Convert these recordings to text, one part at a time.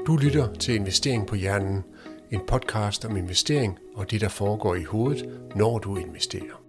Du lytter til Investering på Hjernen, en podcast om investering og det, der foregår i hovedet, når du investerer.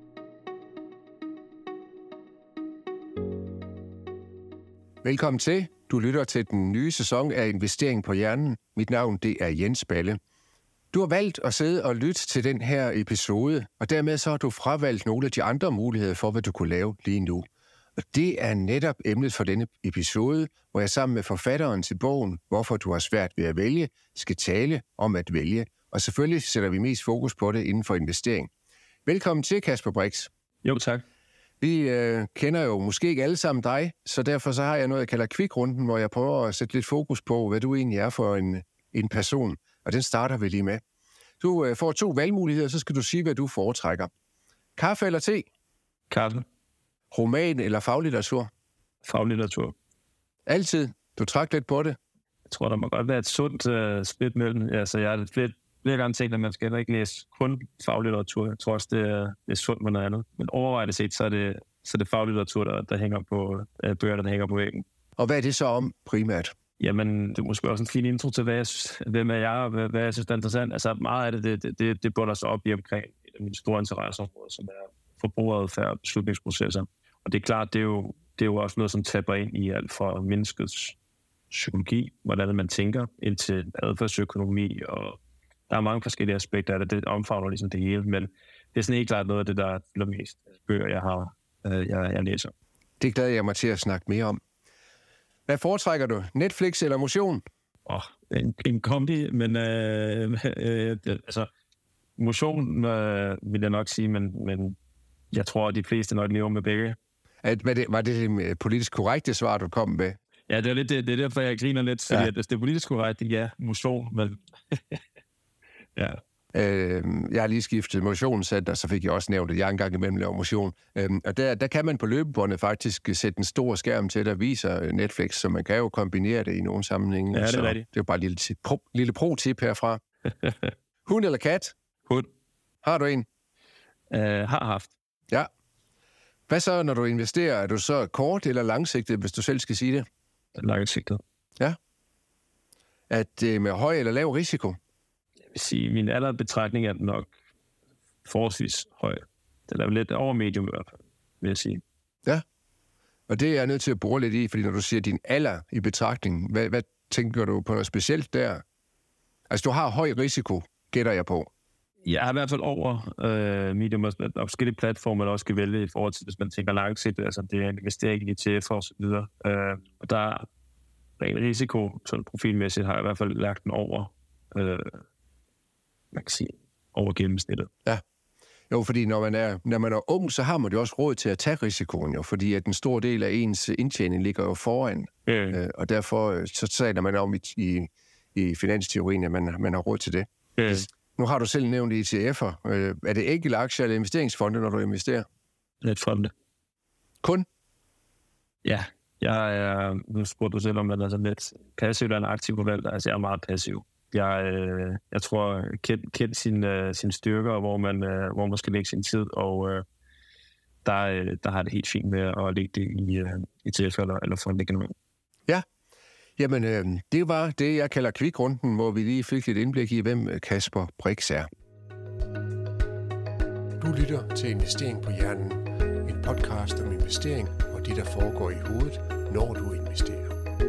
Velkommen til. Du lytter til den nye sæson af Investering på Hjernen. Mit navn det er Jens Balle. Du har valgt at sidde og lytte til den her episode, og dermed så har du fravalgt nogle af de andre muligheder for, hvad du kunne lave lige nu. Og det er netop emnet for denne episode, hvor jeg sammen med forfatteren til bogen, Hvorfor du har svært ved at vælge, skal tale om at vælge. Og selvfølgelig sætter vi mest fokus på det inden for investering. Velkommen til, Kasper Brix. Jo, tak. Vi kender jo måske ikke alle sammen dig, så derfor så har jeg noget, jeg kalder kvikrunden, hvor jeg prøver at sætte lidt fokus på, hvad du egentlig er for en person. Og den starter vi lige med. Du får 2 valgmuligheder, så skal du sige, hvad du foretrækker. Kaffe eller te? Kaffe. Roman eller faglitteratur? Faglitteratur. Altid? Du trak lidt på det? Jeg tror, der må godt være et sundt split mellem. Altså, jeg har flere gange tænkt, at man skal ikke læse kun faglitteratur. Jeg tror også, det er sundt med noget andet. Men overvejende set, så er det faglitteratur, der hænger på bøger, der hænger på væggen. Og hvad er det så om primært? Jamen, det er måske også en fin intro til, hvem er jeg, og hvad jeg synes er interessant. Altså, meget af det bunder sig op i omkring et af mine store interesseområder, som er forbrugeradfærd og beslutningsprocesser. Og det er klart, det er jo også noget, som tapper ind i alt fra menneskets psykologi, hvordan man tænker, ind til adfærdsøkonomi, og der er mange forskellige aspekter af det. Det omfavner ligesom det hele, men det er sådan helt klart noget af det, der er mest bøger, jeg læser. Det glæder jeg mig til at snakke mere om. Hvad foretrækker du? Netflix eller motion? En kombi, men altså motion vil jeg nok sige, men jeg tror, at de fleste nok lever med begge. Var det politisk korrekte svar, du kom med? Ja, det er derfor, jeg griner lidt, fordi at det er politisk korrekt, ja, motion, men ja. Jeg har lige skiftet motionscenter, så fik jeg også nævnt, at jeg engang imellem laver motion. Og der kan man på løbebåndet faktisk sætte en stor skærm til, der viser Netflix, så man kan jo kombinere det i nogle sammenhænge. Ja, det er rigtigt. Det er jo bare et lille pro-tip herfra. Hund eller kat? Hund. Har du en? Har haft. Ja. Hvad så, når du investerer? Er du så kort eller langsigtet, hvis du selv skal sige det? Langsigtet. Ja. Er det med høj eller lav risiko? Jeg vil sige, min alderbetragtning er nok forholdsvis høj. Den er lidt over medium i hvert fald, vil jeg sige. Ja, og det er jeg nødt til at bore lidt i, fordi når du siger din alder i betragtning, hvad tænker du på noget specielt der? Altså, du har høj risiko, gætter jeg på. Jeg er i hvert fald over medium, og forskellige platformer, der også skal vælge i forhold til, hvis man tænker langsigtet, altså det er en investering i ETF og så videre. Og der er ren risiko, sådan profilmæssigt, har jeg i hvert fald lagt den over, man kan sige, over gennemsnittet. Ja. Jo, fordi når man er ung, så har man jo også råd til at tage risikoen, jo, fordi at en stor del af ens indtjening ligger jo foran. Og derfor så taler man om i finansteorien, at man har råd til det. Nu har du selv nævnt ETF'er. Er det enkelte aktier eller investeringsfonde, når du investerer? Netfonde. Kun? Ja, nu spurgte du selv om, man er sådan lidt passiv eller en aktiv forvalter. Altså, jeg er meget passiv. Jeg tror, kendt sine styrker, hvor man skal lægge sin tid, og der har det helt fint med at lægge det i ETF eller fondeøkonomi. Ja, jamen det var det, jeg kalder kvikrunden, hvor vi lige fik lidt indblik i, hvem Kasper Brix er. Du lytter til Investering på Hjernen, en podcast om investering og det, der foregår i hovedet, når du investerer.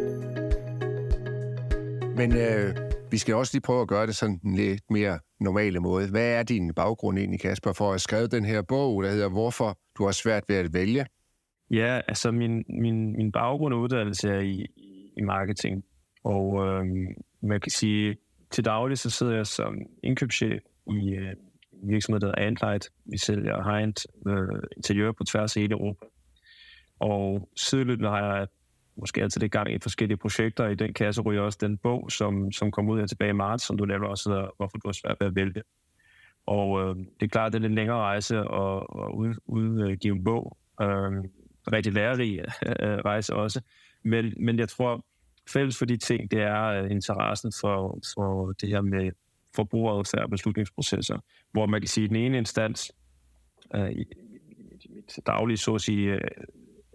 Men vi skal også lige prøve at gøre det sådan en lidt mere normale måde. Hvad er din baggrund egentlig, Kasper, for at have skrevet den her bog, der hedder Hvorfor du har svært ved at vælge? Ja, altså min baggrund og uddannelse er i marketing, og man kan sige, til daglig så sidder jeg som indkøbschef i en virksomhed, der hedder Antlight. Vi sælger high-end interiør på tværs af hele Europa. Og sideløbende har jeg måske altid det gang i forskellige projekter. I den kasse ryger også den bog, som kom ud her tilbage i marts, som du laver også hedder, Hvorfor du har svært ved at vælge. Og det er klart, det er en længere rejse at udgive en bog. Rigtig lærerig rejse også. Men jeg tror, fælles for de ting, det er interessen for det her med forbrugeradfærd og beslutningsprocesser, hvor man kan sige, at den ene instans i mit daglige, så at sige,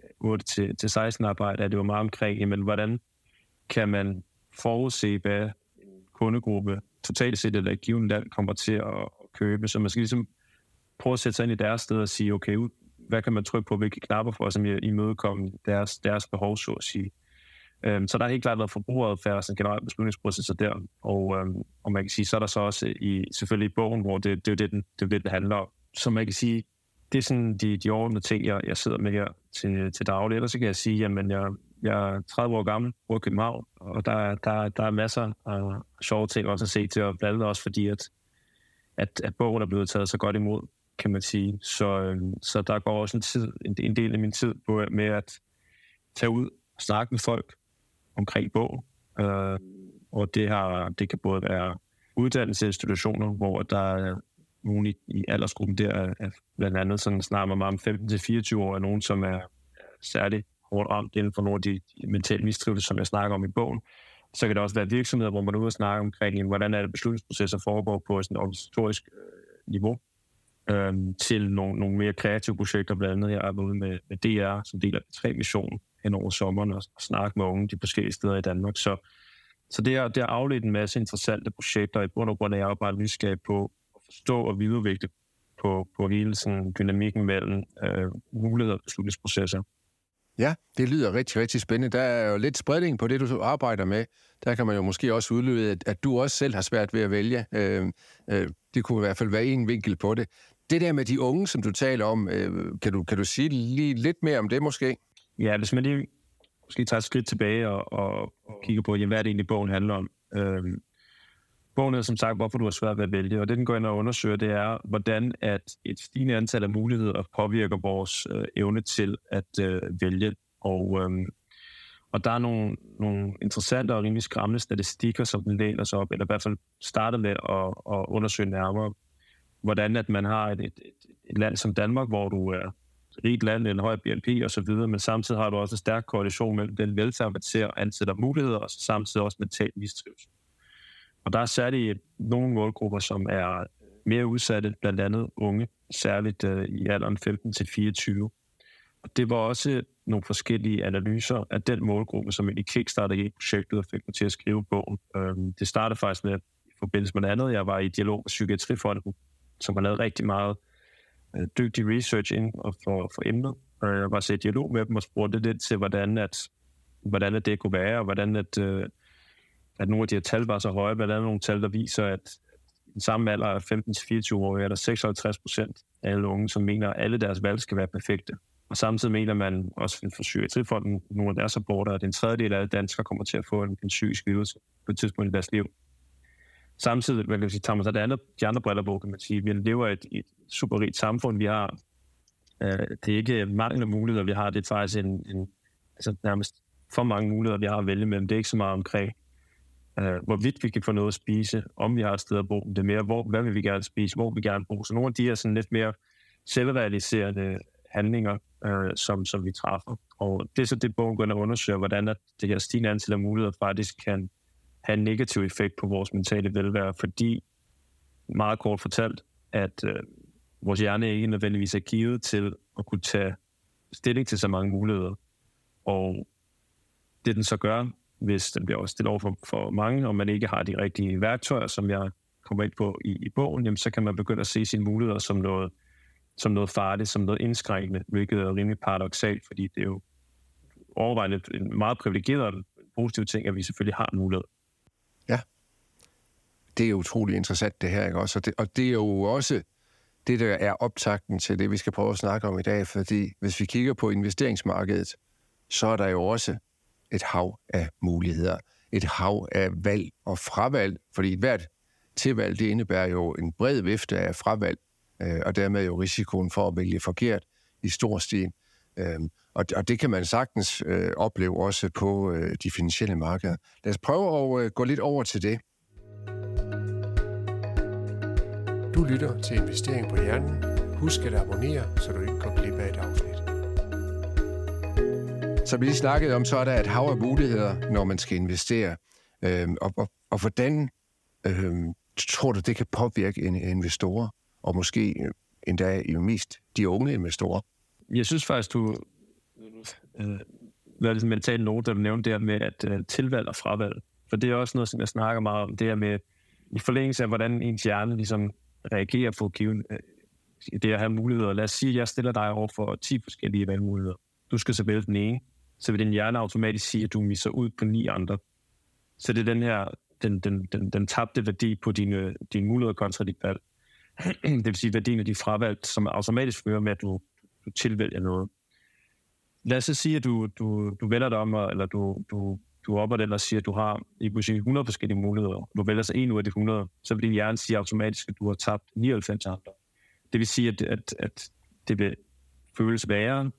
8-16 arbejde, er det jo meget omkring, jamen, hvordan kan man forudse, hvad kundegruppe totalt set eller et givet land kommer til at købe. Så man skal ligesom prøve at sætte sig ind i deres sted og sige, okay, hvad kan man trykke på, hvilke knapper for at imødekomme deres behov, så at sige. Så der har helt klart været forbrugeradfærd, sådan generelt beslutningsprocesser der, og man kan sige, så er der så også selvfølgelig i bogen, hvor det er jo det, den handler om. Så man kan sige, det er sådan de overordnede ting, jeg sidder med her til daglig. Ellers så kan jeg sige, jamen jeg er 30 år gammel, bor i København, og der er masser af sjove ting også at se til, og blandt andet også fordi, at bogen er blevet taget så godt imod, kan man sige. Så der går også en del af min tid på med at tage ud og snakke med folk omkring bogen. Og det kan både være uddannelsesinstitutioner, hvor der er nogen i aldersgruppen der, er blandt andet sådan snakker man om 15-24 år, er nogen, som er særligt hårdt ramt inden for nogle af de mentale mistrivsel, som jeg snakker om i bogen. Så kan det også være virksomheder, hvor man er ude og snakke omkring, hvordan er det beslutningsprocesser foregår på sådan et organisatorisk niveau, til nogle mere kreative projekter. Blandt andet jeg er ude med DR, som deler 3-missionen hen over sommeren og snakke med unge de forskellige steder i Danmark. Så det har afledt en masse interessante projekter, i bund og grund er jeg jo bare nysgerrig på at forstå og videreudvikle på hele sådan dynamikken mellem muligheder og beslutningsprocesser. Ja, det lyder rigtig, rigtig spændende. Der er jo lidt spredning på det, du arbejder med. Der kan man jo måske også udlede, at du også selv har svært ved at vælge. Det kunne i hvert fald være en vinkel på det. Det der med de unge, som du taler om, kan du sige lige lidt mere om det måske? Ja, hvis man lige måske tager et skridt tilbage og kigger på, hvad det egentlig bogen handler om. Bogen er som sagt, hvorfor du har svært ved at vælge, og det den går ind og undersøger, det er, hvordan at et stigende antal af muligheder påvirker vores evne til at vælge. Og der er nogle interessante og rimelig skræmmende statistikker, som den læner sig op, eller i hvert fald starter med at undersøge nærmere, hvordan at man har et land som Danmark, hvor du er et rigt land, en høj BNP og så videre, men samtidig har du også en stærk korrelation mellem den velfærd, man ser og ansætter muligheder, og samtidig også mental mistrivsel. Og der er særligt nogle målgrupper, som er mere udsatte, blandt andet unge, særligt i alderen 15-24. Og det var også nogle forskellige analyser af den målgruppe, som egentlig kickstartede i projektet og fik mig til at skrive bogen. Det startede faktisk med, i forbindelse med noget andet, jeg var i dialog med Psykiatrifonden, som har lavet rigtig meget dygtig research ind for emnet. Jeg var så i dialog med dem og spurgte lidt til, hvordan det kunne være, og hvordan at nogle af de her tal var så høje, blandt andet nogle tal, der viser, at i den samme alder af 15-24 år er der 56% af alle unge, som mener, at alle deres valg skal være perfekte. Og samtidig mener man også for Psykiatrifonden, nogle af deres rapporter, at en tredjedel af alle danskere kommer til at få en psykisk lidelse på et tidspunkt i deres liv. Samtidig, tager man så de andre briller på, kan man sige, vi lever i et super rigt samfund, vi har. Det er ikke mangel af muligheder, vi har, det er faktisk altså nærmest for mange muligheder, vi har at vælge mellem. Det er ikke så meget omkring, hvorvidt vi kan få noget at spise, om vi har et sted at bo. Det er mere, hvad vil vi gerne spise, hvor vil vi gerne bo. Så nogle af de her sådan lidt mere selvrealiserende handlinger, som vi træffer. Og det er så det, bogen går ind og undersøger, hvordan at det her stigende antal af muligheder faktisk kan have en negativ effekt på vores mentale velvære, fordi, meget kort fortalt, at vores hjerne ikke nødvendigvis er givet til at kunne tage stilling til så mange muligheder. Og det den så gør, hvis den bliver også stillet over for mange, og man ikke har de rigtige værktøjer, som jeg kommer ind på i bogen, jamen, så kan man begynde at se sine muligheder som noget farligt, som noget indskrænkende, hvilket er rimelig paradoksalt, fordi det er jo overvejende en meget privilegeret og positiv ting, at vi selvfølgelig har mulighed. Ja, det er utrolig interessant det her, ikke også? Og det er jo også det, der er optakten til det, vi skal prøve at snakke om i dag, fordi hvis vi kigger på investeringsmarkedet, så er der jo også et hav af muligheder, et hav af valg og fravalg, fordi hvert tilvalg, det indebærer jo en bred vifte af fravalg, og dermed jo risikoen for at vælge forkert i stor stil. Og det kan man sagtens opleve også på de finansielle markeder. Lad os prøve at gå lidt over til det. Du lytter til Investering på Hjernen. Husk at abonnere, så du ikke går glip af et afsnit. Som vi lige snakkede om, så er der et hav af muligheder, når man skal investere. Og hvordan tror du, det kan påvirke investorer, og måske endda jo mest de unge investorer? Jeg synes faktisk, du var ligesom mentalt note, der du nævnte der med, at tilvalg og fravalg For det er også noget, som jeg snakker meget om, det her med i forlængelse af, hvordan ens hjerne ligesom reagerer på given, det at have muligheder. Lad os sige, at jeg stiller dig over for 10 forskellige valgmuligheder. Du skal så vælge den ene, så vil din hjerne automatisk sige, at du misser ud på 9 andre. Så det er den her, den tabte værdi på dine muligheder kontra dit valg. Det vil sige værdien af de fravalg, som automatisk fører med, at du tilvælger noget. Lad os så sige, at du vælger dig om, eller du opper det, og siger, at du har 100 forskellige muligheder. Du vælger så en ud af de 100, så vil din hjerne sige automatisk, at du har tabt 99 andre. Det vil sige, at det vil føles værre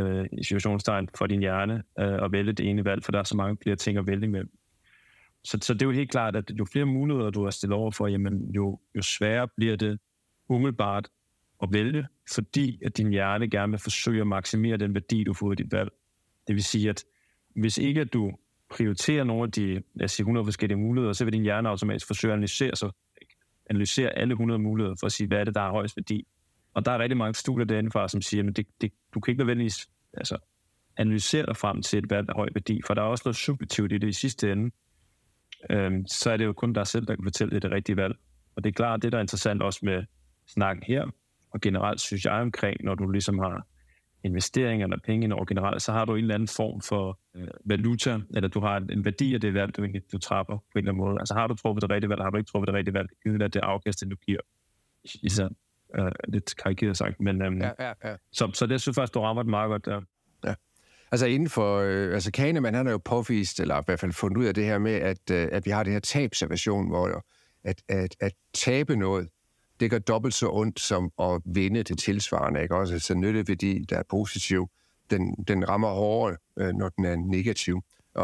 i situationstegn for din hjerne at vælge det ene valg, for der er så mange flere ting at vælge imellem. Så det er jo helt klart, at jo flere muligheder, du er stillet over for, jamen, jo sværere bliver det umiddelbart at vælge, fordi at din hjerne gerne vil forsøge at maksimere den værdi, du får i dit valg. Det vil sige, at hvis ikke at du prioriterer nogle af de 100 forskellige muligheder, så vil din hjerne automatisk forsøge at analysere alle 100 muligheder for at sige, hvad er det, der er højst værdi. Og der er rigtig mange studier derindefra, som siger, at du kan ikke nødvendigvis analysere dig frem til et valg af høj værdi, for der er også noget subjektivt i det i sidste ende. Så er det jo kun dig selv, der kan fortælle det rigtige valg. Og det er klart, det der er interessant også med snakken her, og generelt synes jeg omkring, når du ligesom har investeringer eller penge ind over generelt, så har du en eller anden form for valuta, eller du har en værdi af det valg, du træffer på en eller anden måde. Altså har du truffet det rigtige valg, har du ikke truffet det rigtige valg, givet at det afkast, du giver. Især lidt karikeret sagt, men Så det synes jeg faktisk, du rammer det meget godt der. Ja. Altså inden for, Kahneman, han har jo påvist, eller i hvert fald fundet ud af det her med, at vi har det her tabsaversion, hvor at tabe noget, det gør dobbelt så ondt som at vinde det tilsvarende, ikke? Også så nytteværdi, der er positiv, den rammer hårdere, når den er negativ.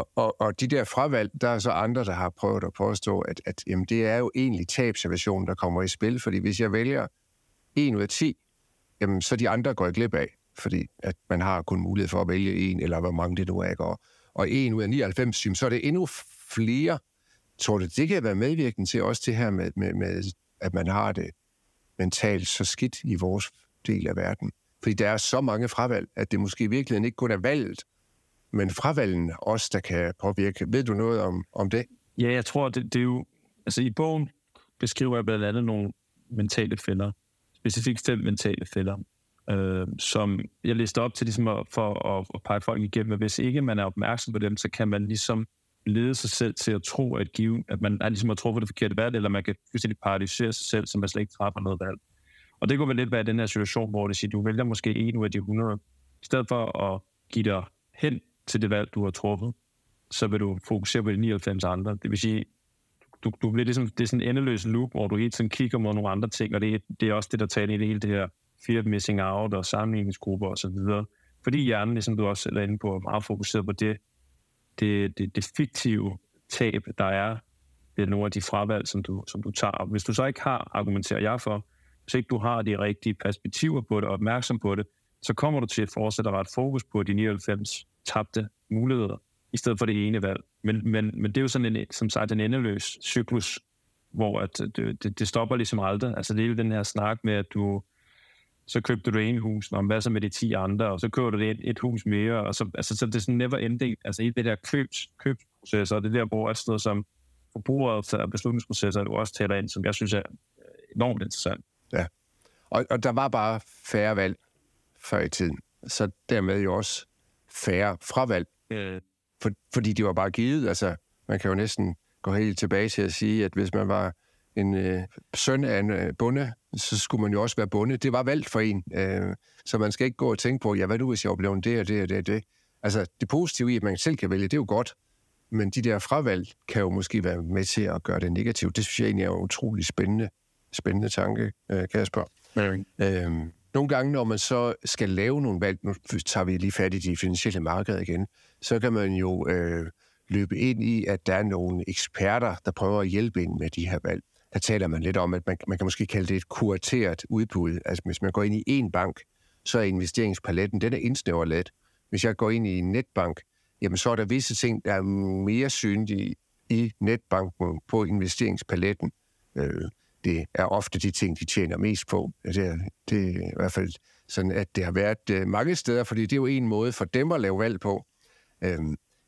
Og de der fravalg, der er så andre, der har prøvet at påstå, at jamen, det er jo egentlig tabsaversion, der kommer i spil, fordi hvis jeg vælger 1 ud af 10, jamen, så de andre går jeg glip af, fordi at man har kun mulighed for at vælge 1, eller hvor mange det nu er, og 1 ud af 99, så er det endnu flere. Tror du, det kan være medvirkende til også det her med at man har det mentalt så skidt i vores del af verden? Fordi der er så mange fravalg, at det måske i virkeligheden ikke kun er valget, men fravalgene også, der kan påvirke. Ved du noget om det? Ja, jeg tror, det er jo... Altså i bogen beskriver jeg blandt andet nogle mentale fælder. Specifikt 5 mentale fælder, som jeg læste op til ligesom for at pege folk igennem. Og hvis ikke man er opmærksom på dem, så kan man ligesom lede sig selv til at tro, at man er ligesom at tro på det forkerte valg, eller man kan fuldstændig paralysere sig selv, så man slet ikke træffer noget valg. Og det kunne vel lidt være den her situation, hvor det siger, du vælger måske 1 ud af de 100. I stedet for at give dig hen til det valg, du har truffet, så vil du fokusere på de 99 andre. Det vil sige, du bliver ligesom, det er sådan en endeløs loop, hvor du hele tiden kigger mod nogle andre ting, og det er også det, der taler i det hele det her fear of missing out og sammenligningsgrupper og så videre. Fordi hjernen, ligesom du også selv er inde på, er meget fokuseret på det fiktive tab, der er ved nogle af de fravalg, som du tager. Hvis du så ikke har, argumenterer jeg for, hvis ikke du har de rigtige perspektiver på det og opmærksom på det, så kommer du til at fortsætte at rette fokus på de 99 tabte muligheder, i stedet for det ene valg. Men det er jo sådan som sagt en endeløs cyklus, hvor at det stopper ligesom aldrig. Altså det er jo den her snak med, at så købte du en hus, og hvad så med de 10 andre, og så køber du et hus mere, og så det er sådan never ending. Altså i det der købsprocesser, og det der, hvor sådan noget som forbrugeret og beslutningsprocesser, du også taler ind, som jeg synes er enormt interessant. Ja, og der var bare færre valg før i tiden, så dermed jo også færre fravalg. Fordi de var bare givet. Altså, man kan jo næsten gå helt tilbage til at sige, at hvis man var en søn af en bonde, så skulle man jo også være bonde. Det var valgt for en. Så man skal ikke gå og tænke på, ja, hvad nu, hvis jeg oplever det og det og det og det. Altså, det positive i, at man selv kan vælge, det er jo godt. Men de der fravalg kan jo måske være med til at gøre det negativt. Det synes jeg egentlig er en utrolig spændende tanke, Kasper. Nogle gange, når man så skal lave nogle valg, nu tager vi lige fat i de finansielle markeder igen, så kan man jo løbe ind i, at der er nogle eksperter, der prøver at hjælpe ind med de her valg. Der taler man lidt om, at man kan måske kalde det et kurateret udbud. Altså hvis man går ind i en bank, så er investeringspaletten, den er indsnævret let. Hvis jeg går ind i en netbank, jamen så er der visse ting, der er mere synlige i netbanken på investeringspaletten. Det er ofte de ting, de tjener mest på. Det er i hvert fald sådan, at det har været mange steder, fordi det er jo en måde for dem at lave valg på.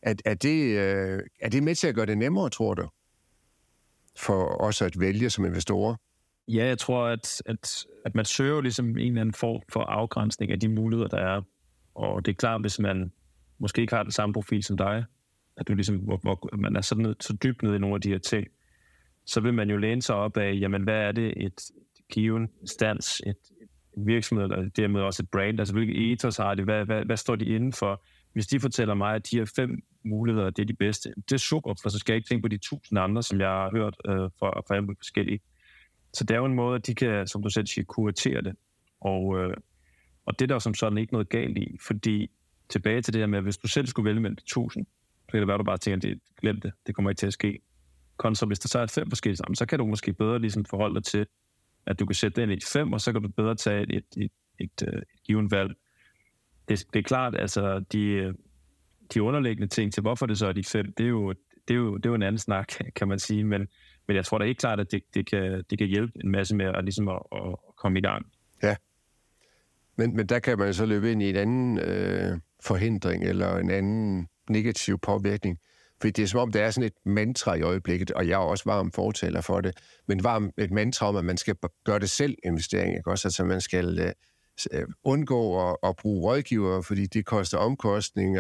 Er det med til at gøre det nemmere, tror du, for os at vælge som investorer? Ja, jeg tror, at man søger ligesom en eller anden form for afgrænsning af de muligheder, der er. Og det er klart, hvis man måske ikke har den samme profil som dig, at du ligesom, hvor man er så dybt nede i nogle af de her ting, så vil man jo læne sig op af, jamen hvad er det et given instans, et virksomhed, eller dermed også et brand, altså hvilke ethos har de, hvad står de inden for? Hvis de fortæller mig, at de her 5 muligheder, det er de bedste, det er super, for så skal jeg ikke tænke på de 1000 andre, som jeg har hørt fra alle forskellige. Så det er jo en måde, at de kan, som du selv siger, kuratere det. Og det er der som sådan ikke noget galt i, fordi tilbage til det her med, at hvis du selv skulle vælge mellem 1000, så kan det være, at du bare tænker, at glem det, det kommer ikke til at ske. Kontra hvis der så er 5 forskellige sammen, så kan du måske bedre ligesom forholde dig til, at du kan sætte den i 5, og så kan du bedre tage et givet valg. Det er klart, altså de underliggende ting til, hvorfor det så er de 5, det er jo en anden snak, kan man sige, men jeg tror da ikke klart, at det kan hjælpe en masse med at, ligesom at komme i gang. Ja, men der kan man så løbe ind i en anden forhindring, eller en anden negativ påvirkning. Fordi det er som om, der er sådan et mantra i øjeblikket, og jeg er også varm fortaler for det, men et mantra om, at man skal gøre det selv investering, ikke også? Altså man skal undgå at bruge rådgivere, fordi det koster omkostninger,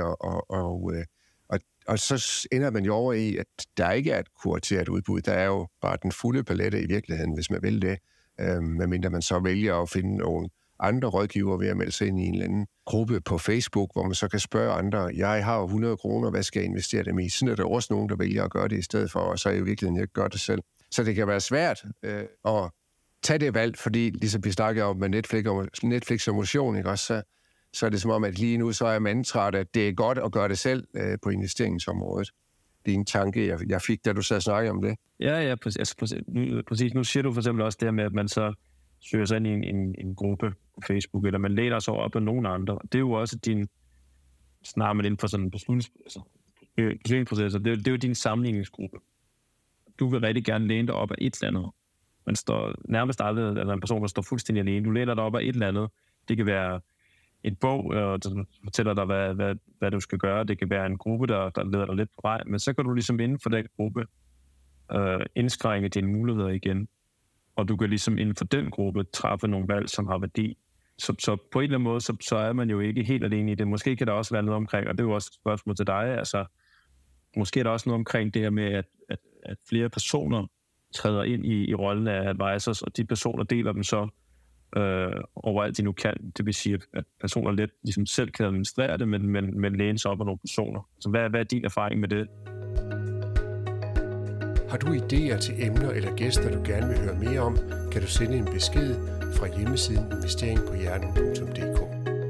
og så ender man jo over i, at der ikke er et kurateret udbud. Der er jo bare den fulde palette i virkeligheden, hvis man vil det, medmindre man så vælger at finde nogle andre rådgivere ved at melde sig ind i en eller anden gruppe på Facebook, hvor man så kan spørge andre, jeg har 100 kroner, hvad skal jeg investere dem i? Sådan er der også nogen, der vælger at gøre det i stedet for, og så er jeg i virkeligheden ikke gør det selv. Så det kan være svært at tage det valg, fordi ligesom vi snakker om med Netflix og motion, ikke også, så er det som om, at lige nu så er man træt, at det er godt at gøre det selv på investeringsområdet. Det er en tanke, jeg fik, da du sad og snakkede om det. Ja, præcis. Nu siger du for eksempel også det her med, at man så søger sig ind i en gruppe på Facebook, eller man læner sig op af nogen andre. Det er jo også snarere man inden for sådan en beslutningsproces, det er jo din sammenligningsgruppe. Du vil rigtig gerne læne dig op af et eller andet. Man står nærmest aldrig, eller en person, der står fuldstændig alene. Du læner dig op af et eller andet. Det kan være en bog, der fortæller dig, hvad du skal gøre. Det kan være en gruppe, der leder dig lidt på vej. Men så kan du ligesom inden for den gruppe indskrænke dine muligheder igen. Og du kan ligesom inden for den gruppe træffe nogle valg, som har værdi. Så på en eller anden måde, så er man jo ikke helt alene i det. Måske kan der også være noget omkring, og det er jo også et spørgsmål til dig, altså måske er der også noget omkring det her med, at flere personer træder ind i rollen af advisors, og de personer deler dem så overalt de nu kan. Det vil sige, at personer let ligesom selv kan administrere det, men læne sig op af nogle personer. Så hvad er din erfaring med det? Har du idéer til emner eller gæster, du gerne vil høre mere om, kan du sende en besked fra hjemmesiden investeringpohjernen.dk.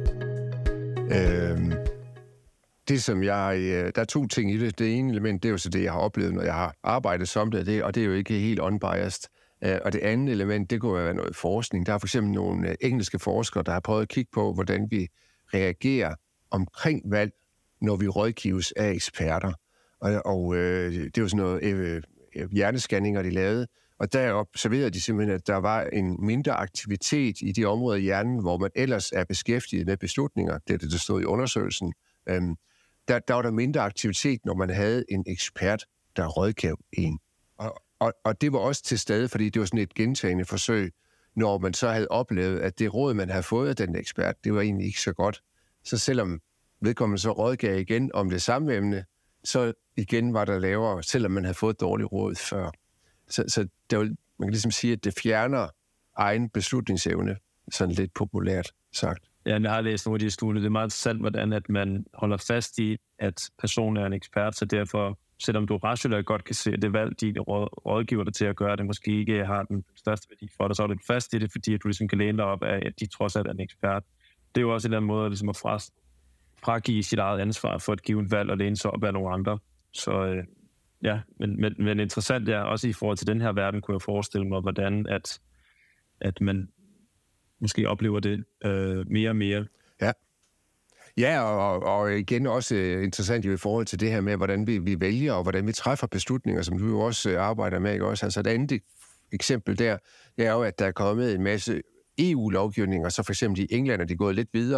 Det som der er 2 ting i det. Det ene element, det er jo så det, jeg har oplevet, når jeg har arbejdet som det, og det er jo ikke helt unbiased. Og det andet element, det kunne være noget forskning. Der er for eksempel nogle engelske forskere, der har prøvet at kigge på, hvordan vi reagerer omkring valg, når vi rådgives af eksperter. Og det er jo sådan noget hjernescanninger, de lavede, og der observerede de simpelthen, at der var en mindre aktivitet i de områder i hjernen, hvor man ellers er beskæftiget med beslutninger. Det er det, der stod i undersøgelsen. Der var der mindre aktivitet, når man havde en ekspert, der rådgav en. Og det var også til stede, fordi det var sådan et gentagende forsøg, når man så havde oplevet, at det råd, man havde fået af den ekspert, det var egentlig ikke så godt. Så selvom vedkommende så rådgav igen om det samme emne, så igen var der lavere, selvom man havde fået dårligt råd før. Så det var, man kan ligesom sige, at det fjerner egen beslutningsevne, sådan lidt populært sagt. Ja, jeg har læst nogle af de studier. Det er meget interessant, hvordan at man holder fast i, at personen er en ekspert, så derfor, selvom du rationelt godt kan se, at det valg, de rådgiver dig til at gøre, det måske ikke har den største værdi for dig, så er du fast i det, fordi at du ligesom kan læne dig op af, at de trods alt er en ekspert. Det er jo også en eller anden måde ligesom at fragive sit eget ansvar for et givet valg og læne sig op af nogle andre. Så ja, men interessant er også i forhold til den her verden, kunne jeg forestille mig, hvordan at man måske oplever det mere og mere. Ja. Ja, og igen også interessant jo i forhold til det her med, hvordan vi vælger, og hvordan vi træffer beslutninger, som du jo også arbejder med, ikke også? Altså et andet eksempel der, det er jo, at der er kommet en masse EU-lovgivninger, så for eksempel i England er de gået lidt videre,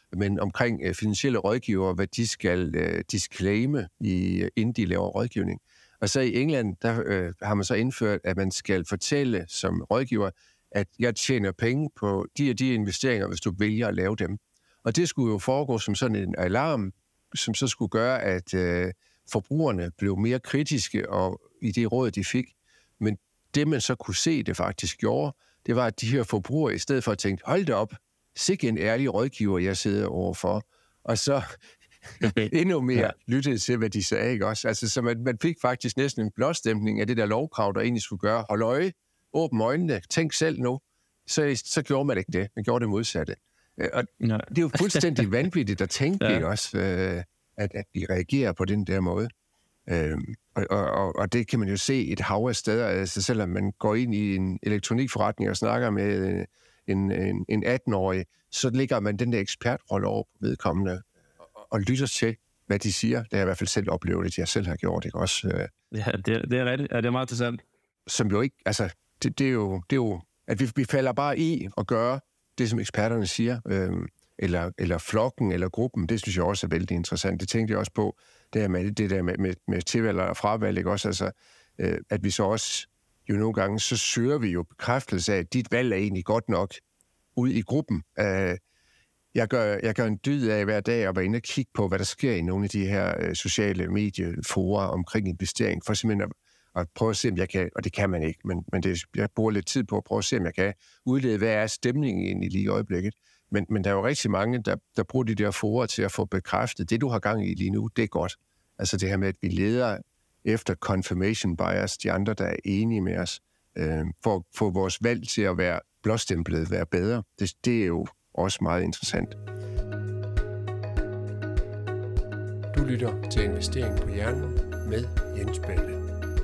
men omkring finansielle rådgivere, hvad de skal disclaime, inden de laver rådgivning. Og så i England, der har man så indført, at man skal fortælle som rådgiver, at jeg tjener penge på de og de investeringer, hvis du vælger at lave dem. Og det skulle jo foregå som sådan en alarm, som så skulle gøre, at forbrugerne blev mere kritiske og i det råd, de fik. Men det, man så kunne se, det faktisk gjorde, det var, at de her forbrugere, i stedet for at tænke, hold da op, sikke en ærlig rådgiver, jeg sidder overfor, og så endnu mere lyttede til, hvad de sagde, ikke også? Altså, så man fik faktisk næsten en blåstempling af det der lovkrav, der egentlig skulle gøre. Hold øje, åbn øjnene, tænk selv nu. Så gjorde man ikke det. Man gjorde det modsatte. Og det er jo fuldstændig vanvittigt at tænke, ikke også, at vi reagerer på den der måde. Og det kan man jo se et hav af steder. Altså, selvom man går ind i en elektronikforretning og snakker med en 18-årig, så ligger man den der ekspertrolle over på vedkommende og lytter til, hvad de siger. Det har jeg i hvert fald selv oplevet, det jeg selv har gjort, ikke også? Ja, det er rigtigt. Ja, det er meget interessant. Som jo ikke, altså, det er jo, at vi falder bare i at gøre det, som eksperterne siger, eller flokken, eller gruppen. Det synes jeg også er vældig interessant. Det tænkte jeg også på, det der med tilvalg og fravalg, ikke også? Altså, at vi så også, jo nogle gange, så søger vi jo bekræftelse af, at dit valg er egentlig godt nok ud i gruppen. Jeg gør en dyd af hver dag at være inde og kigge på, hvad der sker i nogle af de her sociale medieforer omkring investering, for simpelthen at prøve at se, om jeg kan, og det kan man ikke, men jeg bruger lidt tid på at prøve at se, om jeg kan udlede, hvad er stemningen egentlig lige i øjeblikket. Men der er jo rigtig mange, der bruger de der forer til at få bekræftet, det du har gang i lige nu, det er godt. Altså det her med, at vi leder efter confirmation bias, de andre, der er enige med os, for at få vores valg til at være blåstemplet, være bedre. Det er jo også meget interessant. Du lytter til Investering på Hjernen med Jens Balle.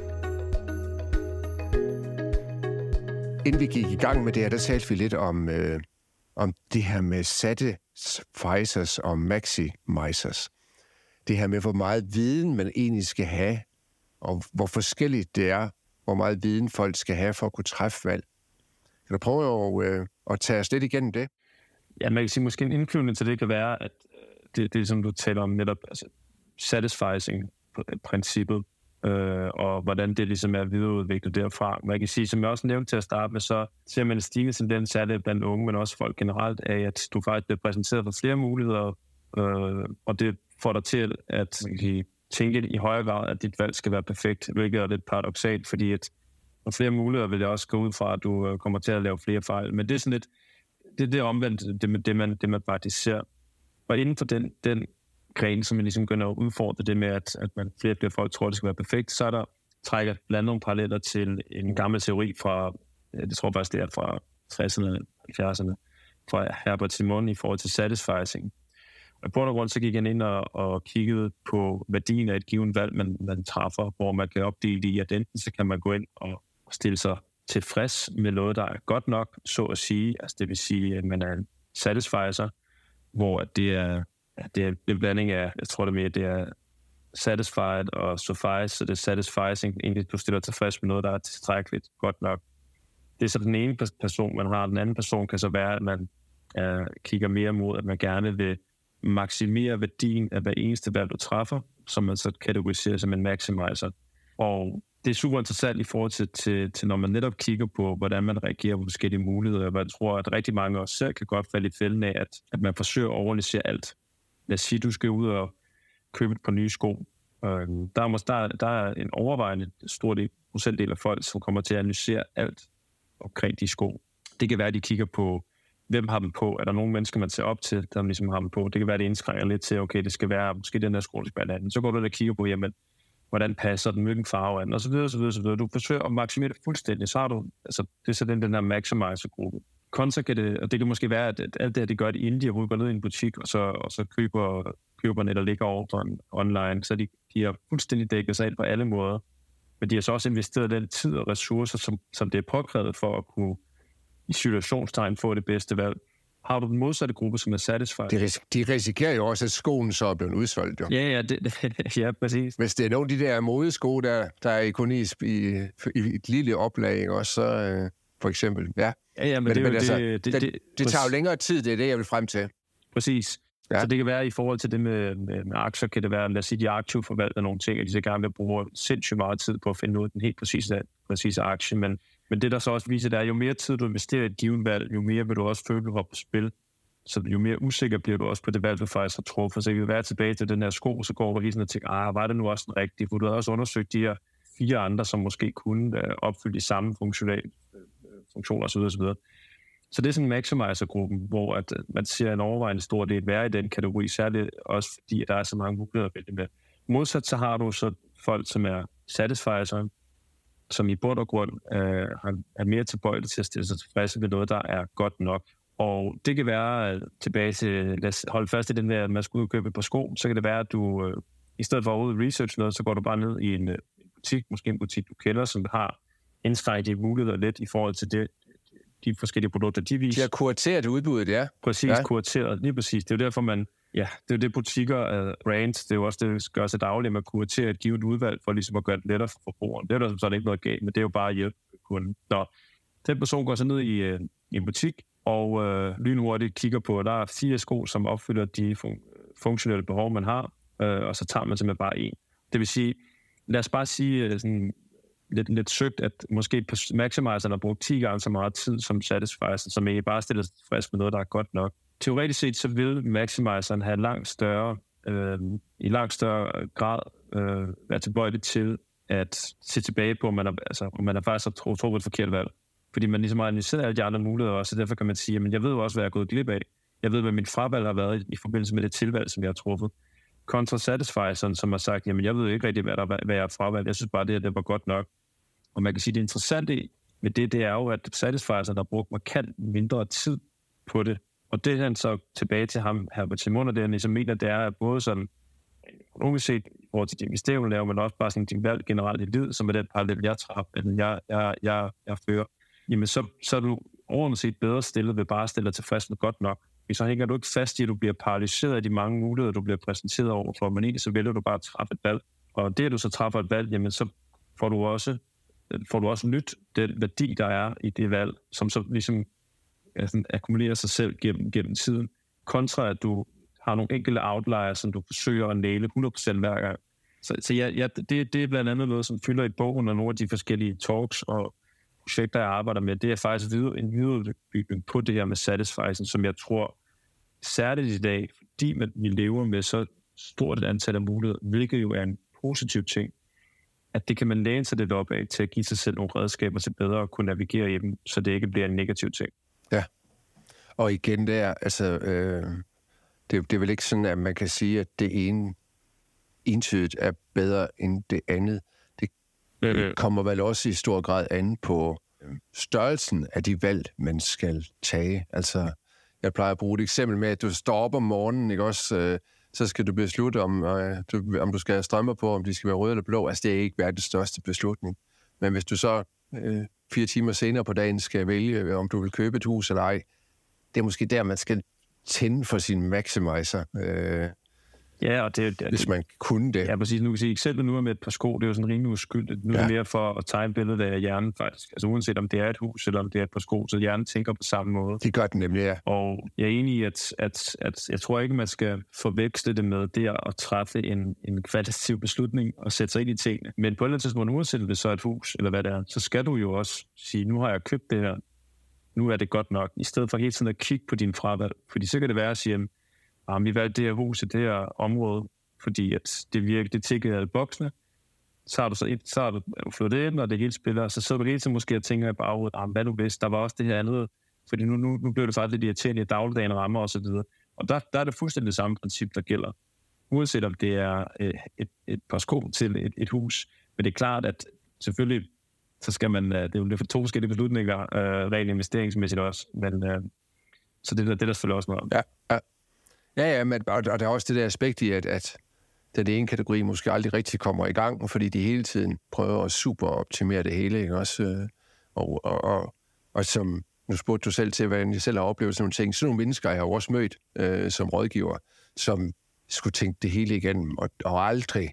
Inden vi gik i gang med det her, der talte vi lidt om det her med satisficers og maximizers. Det her med, hvor meget viden man egentlig skal have, og hvor forskelligt det er, hvor meget viden folk skal have for at kunne træffe valg. Kan du prøve at tage os lidt igennem det? Ja, man kan sige, måske en indflyvning til det kan være, at det som du taler om netop, altså satisficing-princippet, og hvordan det ligesom er videreudviklet derfra. Man kan sige, som jeg også nævnte til at starte med, så ser man en stigende tendens, særligt blandt unge, men også folk generelt, af at du faktisk bliver præsenteret for flere muligheder, og det får dig til at tænke i højere grad, at dit valg skal være perfekt, hvilket er lidt paradoksalt, fordi at og flere muligheder vil jeg også gå ud fra, at du kommer til at lave flere fejl. Men det er sådan lidt, det er omvendt, det man faktisk ser. Og inden for den gren, som man ligesom begynder at udfordre det med, at man flere folk tror, det skal være perfekt, så er der trækker blandt andet nogle paralleller til en gammel teori fra, det tror jeg faktisk det er fra 60'erne, 70'erne, fra Herbert Simon i forhold til satisficing. Og på grund så gik han ind og kiggede på værdien af et givet valg, man træffer, hvor man kan opdele det i, at enten så kan man gå ind og stille sig tilfreds med noget, der er godt nok, så at sige. Altså det vil sige, at man er en satisficer, hvor det er en blanding af, jeg tror det mere, det er satisfied og suffice, så det er satisficing, egentlig du stiller tilfreds med noget, der er tilstrækkeligt godt nok. Det er så den ene person, man har. Den anden person kan så være, at man kigger mere mod, at man gerne vil maksimere værdien af hver eneste valg, du træffer, som man så kategoriserer som en maximizer. Og det er super interessant i forhold til når man netop kigger på, hvordan man reagerer på forskellige muligheder. Jeg tror, at rigtig mange også selv kan godt falde i fælden af, at man forsøger at overanalysere alt. Lad os sige, at du skal ud og købe et par nye sko. Der er en overvejende stor procentdel af folk, som kommer til at analysere alt omkring de sko. Det kan være, at de kigger på, hvem har dem på? Er der nogle mennesker, man ser op til, der ligesom har dem på? Det kan være, at det indskrænker lidt til, okay, det skal være måske den der sko, der skal være anden. Så går du og kigger på, jamen, hvordan passer den, hvilken farve er den, og så videre, så videre, så videre. Du forsøger at maksimere det fuldstændig, så har du, altså, det er så den der maximizer-gruppe. Kontra kan det, og det kan måske være, at alt det her, det gør det, inden de går ned i en butik, og så køber net og ligger ordren online, så de har fuldstændig dækket sig ind på alle måder. Men de har så også investeret den tid og ressourcer, som det er påkrævet for at kunne i situationstegn få det bedste valg. Har du den modsatte gruppe, som er satisfied? De risikerer jo også, at skoen så er blevet udsolgt. Jo. Ja, ja, præcis. Hvis det er nogle af de der modesko, der er ikonisk i et lille oplag, også så for eksempel, ja. Ja, men det er jo det tager jo længere tid, det er det, jeg vil frem til. Præcis. Ja. Så det kan være i forhold til det med aktier, kan det være, lad os sige, de aktivt forvalter nogle ting, og de så gerne vil bruge sindssygt meget tid på at finde ud af den helt præcise aktie, men det, der så også viser, at jo mere tid du investerer i et givet valg, jo mere vil du også føle, du har på spil. Så jo mere usikker bliver du også på det valg, du faktisk har truffet. Så vi vil være tilbage til den her sko, så går du hele tiden og tænker, var det nu også den rigtige? For du har også undersøgt de her 4 andre, som måske kunne opfylde de samme funktioner osv. Så det er sådan en maximizer-gruppen, hvor at man ser en overvejende stor del være i den kategori, særligt også fordi, at der er så mange muligheder at vælge med. Modsat så har du så folk, som er satisfier, som i bund og grund er mere tilbøjelige til at stille sig tilfredse med noget, der er godt nok. Og det kan være tilbage til, lad os holde fast i den med, at man skal ud og købe et par sko, så kan det være, at du i stedet for at research noget, så går du bare ned i en butik, måske en butik, du kender, som har indskrænket muligheder lidt i forhold til det, de forskellige produkter, de viser. De har kurateret udbuddet, ja. Præcis, ja. Kurateret, lige præcis. Det er jo derfor, det er jo det butikker, brands, det er jo også det, der gør sig dagligt, at man kuraterer et givet udvalg, for ligesom at gøre det lettere for forbrugeren. Det er der så ikke noget galt, men det er jo bare at hjælpe kunden. Så den person går så ned i en butik, og lynhurtigt kigger på, at der er 4 sko, som opfylder de funktionelle behov, man har, og så tager man simpelthen bare en. Det vil sige, lad os bare sige sådan lidt søgt, at måske maximizeren har brugt 10 gange så meget tid som satisfier, som ikke bare stiller sig tilfreds med noget, der er godt nok. Teoretisk set, så vil maximizeren have i langt større grad være tilbøjelig til at se tilbage på, om man faktisk har truffet et forkert valg. Fordi man ligesom har analyseret alle de andre muligheder også, så derfor kan man sige, at jeg ved jo også, hvad jeg er gået glip af. Jeg ved, hvad mit fravalg har været i forbindelse med det tilvalg, som jeg har truffet. Kontra satisfier, som har sagt, jamen jeg ved ikke rigtig, hvad jeg har fravalgt. Jeg synes bare, det var godt nok. Og man kan sige, det interessante med det er jo, at satisfier har brugt markant mindre tid på det. Og det er han så tilbage til ham, Herbert Simon, og det han ligesom mener, det er både sådan økonomisk set i forhold til de investeringer, laver, men også bare sådan din valg generelt i livet, som er den parallel, jeg træffer, eller jeg fører. Jamen så er du overordnet set bedre stillet ved bare at stille dig tilfreds med godt nok. Så hænger du ikke fast i, at du bliver paralyseret af de mange muligheder, du bliver præsenteret overfor, men egentlig så vælger du bare at træffe et valg. Og det, at du så træffer et valg, jamen så får du også nyt den værdi, der er i det valg, som så ligesom akkumulerer sig selv gennem tiden, kontra at du har nogle enkelte outliers, som du forsøger at næle 100% hver gang. Så det er blandt andet noget, som fylder i bogen, og nogle af de forskellige talks og projekter, jeg arbejder med, det er faktisk en videreudbygning på det her med satisfier, som jeg tror særligt i dag, fordi vi lever med så stort et antal af muligheder, hvilket jo er en positiv ting, at det kan man læne sig lidt op af til at give sig selv nogle redskaber til bedre at kunne navigere i dem, så det ikke bliver en negativ ting. Ja, og igen der, altså, det er vel ikke sådan, at man kan sige, at det ene entydigt er bedre end det andet. Det kommer vel også i stor grad an på størrelsen af de valg, man skal tage. Altså, jeg plejer at bruge et eksempel med, at du står op om morgenen, ikke også? Så skal du beslutte, om du skal have strømper på, om de skal være røde eller blå. Altså, det er ikke verdens største beslutning. Men hvis du så 4 timer senere på dagen skal vælge, om du vil købe et hus eller ej, det er måske der, man skal tænde for sin maximizer. Ja, og hvis man kunne det. Ja, præcis. Nu kan sige, eksempel nu med et par sko, det er jo sådan rimelig uskyldigt. Nu er det mere for at tegne billedet af hjernen faktisk. Altså uanset om det er et hus, eller om det er et par sko, så hjernen tænker på samme måde. Det gør den nemlig, ja. Og jeg er enig i, at jeg tror ikke, man skal forveksle det med det at træffe en kvalitativ beslutning og sætte sig ind i tingene. Men på et eller andet tidspunkt, uanset om det så er et hus, eller hvad det er, så skal du jo også sige, nu har jeg købt det her, nu er det godt nok, i stedet for hele tiden at kigge på din fravalg. Fordi så kan det være at sige, vi valgte det her hus i det her område, fordi at det tikkede af boksene. Så har du flyttet ind, og det hele spiller, og så sidder du hele tiden måske og tænker i baghovedet, hvad nu hvis, der var også det her andet, fordi nu blev det faktisk lidt irriterende i dagligdagen rammer og så videre. Og der er det fuldstændig det samme princip, der gælder. Uanset om det er et par sko til et hus. Men det er klart, at selvfølgelig, så skal man, det er jo lidt 2 forskellige beslutninger, rent investeringsmæssigt også, men så det er der selvfølgelig også noget om. Ja, men, og der er også det der aspekt i, at den ene kategori måske aldrig rigtig kommer i gang, fordi de hele tiden prøver at superoptimere det hele, ikke også? Og som, nu spurgte du selv til, hvordan jeg selv har oplevet sådan nogle ting, sådan nogle mennesker jeg har også mødt som rådgiver, som skulle tænke det hele igennem, og aldrig,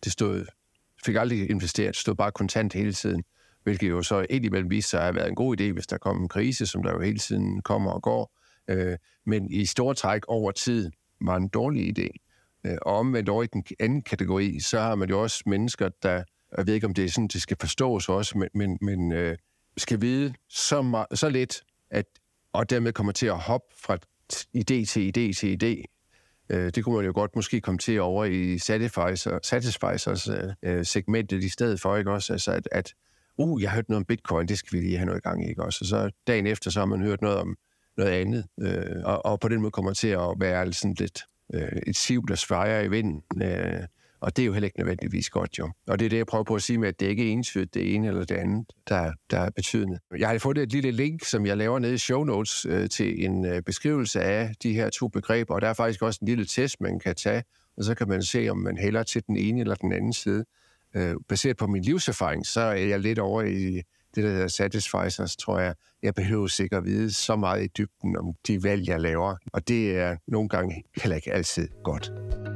fik aldrig investeret, det stod bare kontant hele tiden, hvilket jo så indimellem viste sig at have været en god idé, hvis der kom en krise, som der jo hele tiden kommer og går. Men i store træk over tid, var en dårlig idé. Og omvendt over i den anden kategori, så har man jo også mennesker, der, jeg ved ikke, om det er sådan, det skal forstås også, men skal vide så lidt, og dermed kommer til at hoppe fra idé til idé til idé. Det kunne man jo godt måske komme til over i Satisficers segmentet i stedet for, ikke også? Altså, at jeg har hørt noget om Bitcoin, det skal vi lige have noget i gang i, ikke også? Og så dagen efter, så har man hørt noget om noget andet, og på den måde kommer til at være sådan lidt et siv, der svejer i vinden, og det er jo heller ikke nødvendigvis godt, jo. Og det er det, jeg prøver på at sige med, at det ikke er entydigt det ene eller det andet, der er betydende. Jeg har fået et lille link, som jeg laver nede i show notes til en beskrivelse af de her to begreber, og der er faktisk også en lille test, man kan tage, og så kan man se, om man hælder til den ene eller den anden side. Baseret på min livserfaring, så er jeg lidt over i det, der hedder Satisficers, tror jeg. Jeg behøver sikkert vide så meget i dybden om de valg, jeg laver, og det er nogle gange heller ikke altid godt.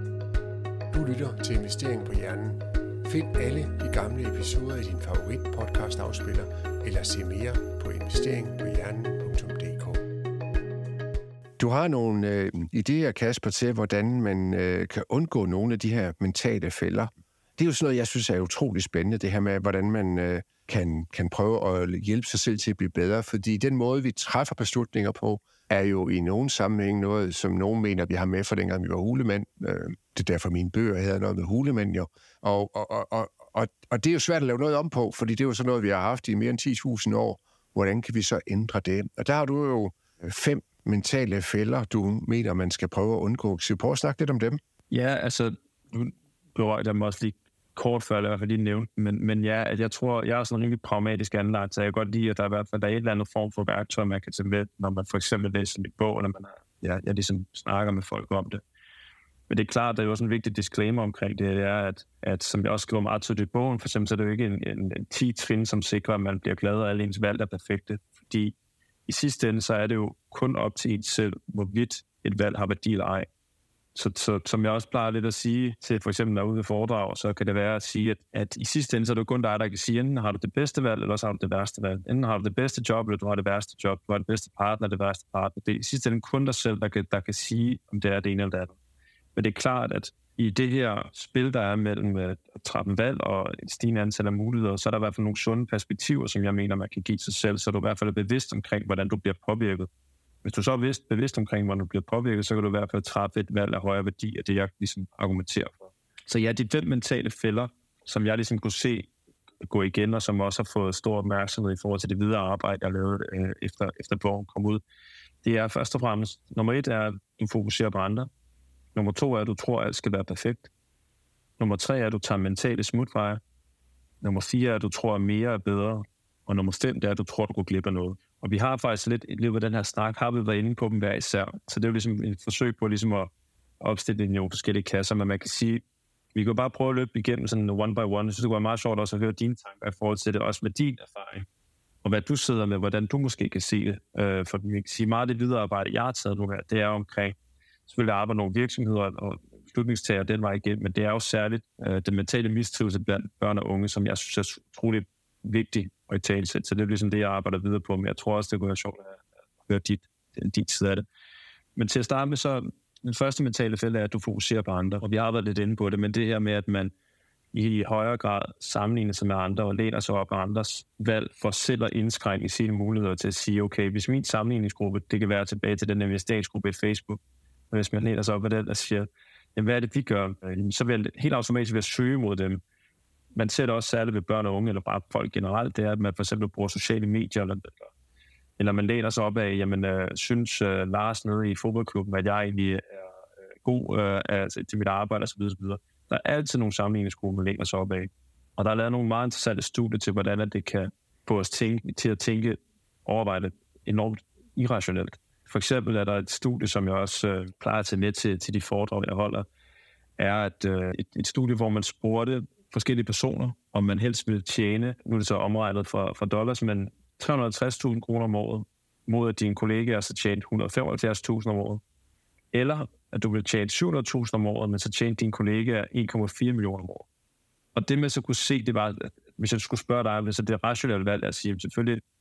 Du lytter til Investering på Hjernen. Find alle de gamle episoder i din favorit podcast-afspiller, eller se mere på investeringpohjernen.dk. Du har nogle idéer, Kasper, til, hvordan man kan undgå nogle af de her mentale fælder. Det er jo sådan noget, jeg synes er utrolig spændende, det her med, hvordan man kan prøve at hjælpe sig selv til at blive bedre, fordi den måde, vi træffer beslutninger på, er jo i nogen sammenhæng noget, som nogen mener, vi har med fra dengang, vi var hulemænd. Det er derfor, mine bøger hedder noget med hulemænd, jo. Og det er jo svært at lave noget om på, fordi det er jo sådan noget, vi har haft i mere end 10.000 år. Hvordan kan vi så ændre det? Og der har du jo 5 mentale fælder, du mener, man skal prøve at undgå. Skal vi prøve at snakke lidt om dem? Ja, altså, nu berørte jeg mig også lige kort før, eller i hvert fald lige nævnt, men ja, at jeg tror, jeg er sådan rimelig pragmatisk anlagt, så jeg kan godt lide, at der i hvert fald er et eller andet form for værktøj, man kan tage med, når man for eksempel læser en bog, eller jeg ligesom snakker med folk om det. Men det er klart, der er jo også en vigtig disclaimer omkring det, er, at som jeg også skriver meget tydeligt i bogen, for eksempel, så er det jo ikke en 10-trin, som sikrer, at man bliver glad, og alle ens valg er perfekte, fordi i sidste ende, så er det jo kun op til ens selv, hvorvidt et valg har værdi eller ej. Så som jeg også plejer lidt at sige til for eksempel derude ved foredrag, så kan det være at sige, at i sidste ende, så er det kun dig, der kan sige, enten har du det bedste valg, eller så har du det værste valg. Enten har du det bedste job, eller du har det værste job. Du har det bedste partner, eller det værste partner. Det er i sidste ende kun dig selv, der kan sige, om det er det ene eller det andet. Men det er klart, at i det her spil, der er mellem at træffe valg og et stigende antal af muligheder, så er der i hvert fald nogle sunde perspektiver, som jeg mener, man kan give sig selv, så du i hvert fald er bevidst omkring, hvordan du bliver påvirket. Hvis du så er bevidst omkring, hvordan du bliver påvirket, så kan du i hvert fald træffe et valg af højere værdi af det, jeg ligesom argumenterer for. Så ja, de 5 mentale fælder, som jeg ligesom kunne se gå igen, og som også har fået stor opmærksomhed i forhold til det videre arbejde, jeg lavede efter bogen kom ud, det er først og fremmest, nummer 1 er, at du fokuserer på andre. Nummer 2 er, at du tror, at alt skal være perfekt. Nummer 3 er, at du tager mentale smutveje. Nummer 4 er, at du tror, at mere er bedre. Og nummer 5 er, at du tror, du går glip af noget. Og vi har faktisk lidt i løbet af den her snak, har vi været inde på dem hver især. Så det er jo ligesom et forsøg på ligesom at opstille nogle forskellige kasser, men man kan sige, vi kan bare prøve at løbe igennem sådan one by one. Jeg synes, det var meget sjovt også at høre dine tanker i forhold til det, også med din erfaring. Og hvad du sidder med, hvordan du måske kan se det. For vi kan sige, meget af det videre arbejde, jeg har taget nu her, det er omkring, selvfølgelig arbejde nogle virksomheder og beslutningstager den vej igennem, men det er jo særligt den mentale mistrivsel blandt børn og unge, som jeg synes er utroligt vigtigt at italesætte. Så det er ligesom det, jeg arbejder videre på, men jeg tror også, det kunne være sjovt at høre dit side af det. Men til at starte med, så den første mentale fælde er, at du fokuserer på andre, og vi har arbejdet lidt inde på det, men det her med, at man i højere grad sammenligner sig med andre og læner sig op af andres valg for selv at indskrænke sine muligheder til at sige, okay, hvis min sammenligningsgruppe, det kan være tilbage til den investeringsgruppe i Facebook, og hvis man læner sig op af den og siger, jamen, hvad er det, vi gør? Så vil jeg helt automatisk ved at søge mod dem. Man ser det også særligt ved børn og unge, eller bare folk generelt, det er, at man for eksempel bruger sociale medier, eller man læner sig op af, jamen, synes Lars nede i fodboldklubben, at jeg egentlig er god til mit arbejde, osv. Der er altid nogle sammenligningsgrupper, man læner sig op af. Og der er lavet nogle meget interessante studier til, hvordan det kan få os til at tænke, overveje det enormt irrationelt. For eksempel er der et studie, som jeg også plejer at tage med til de foredrag, jeg holder, er at et studie, hvor man spurgte forskellige personer, om man helst ville tjene, nu er det så omregnet for dollars, men 350.000 kroner om året, mod at dine kollegaer så tjente 175.000 om året. Eller at du ville tjene 700.000 om året, men så tjente dine kollegaer 1,4 millioner om året. Og det man så kunne se, det var, at hvis jeg skulle spørge dig, så det rationelle valg er at sige, selvfølgelig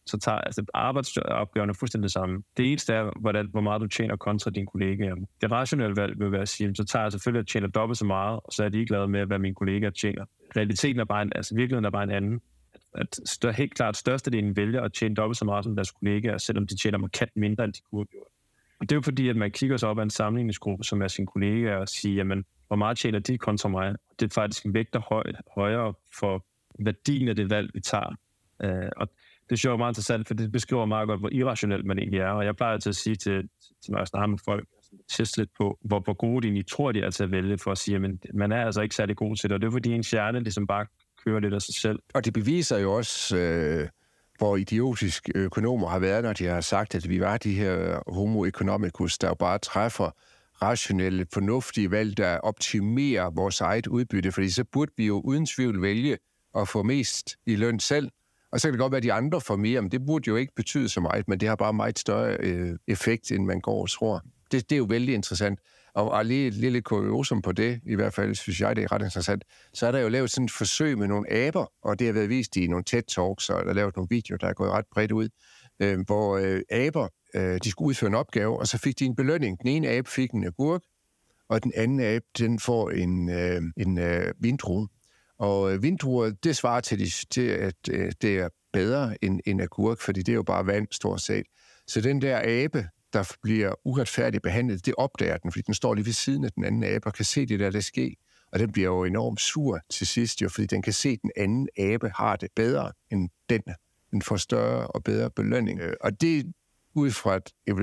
så tager altså arbejdsopgaverne fuldstændig det samme. Det eneste er, hvor meget du tjener kontra dine kollegaer. Det rationelle valg vil være at sige, så tager jeg selvfølgelig at tjene dobbelt så meget, og så er de ikke glade med, hvad mine kollegaer tjener. Realiteten er bare virkeligheden er bare en anden. At helt klart størstedelen vælger at tjene dobbelt så meget som deres kollegaer, selvom de tjener markant mindre, end de kunne have gjort. Og det er jo fordi, at man kigger sig op af en sammenligningsgruppe, som er sine kollegaer, og siger, jamen, hvor meget tjener de kontra mig? Det er faktisk en vægter højere for værdien af det valg, vi tager. Og det synes jeg er meget interessant, for det beskriver meget godt, hvor irrationelt man egentlig er. Og jeg plejer til at sige til når jeg snakker med folk, teste lidt på, hvor gode de egentlig tror, de er til at vælge, for at sige, at man er altså ikke særlig god til det. Og det er fordi, ens hjerne ligesom bare kører lidt af sig selv. Og det beviser jo også, hvor idiotisk økonomer har været, når de har sagt, at vi var de her homo economicus, der jo bare træffer rationelle, fornuftige valg, der optimerer vores eget udbytte. Fordi så burde vi jo uden tvivl vælge at få mest i løn selv. Og så kan det godt være, at de andre får mere, men det burde jo ikke betyde så meget, men det har bare meget større effekt, end man går og tror. Det er jo vældig interessant. Og lige lidt kuriosum på det, i hvert fald synes jeg, det er ret interessant, så er der jo lavet sådan et forsøg med nogle aber, og det har været vist i nogle TED-talks, og der er lavet nogle videoer, der er gået ret bredt ud, hvor aber, de skulle udføre en opgave, og så fik de en belønning. Den ene abe fik en agurk, og den anden abe, den får en vindrue. Og vindruer, det svarer til at det er bedre end en agurk, fordi det er jo bare vand, stort set. Så den der abe, der bliver uretfærdigt behandlet, det opdager den, fordi den står lige ved siden af den anden abe og kan se det der ske. Og den bliver jo enormt sur til sidst, jo, fordi den kan se, at den anden abe har det bedre end den. Den får større og bedre belønning. Og det ud fra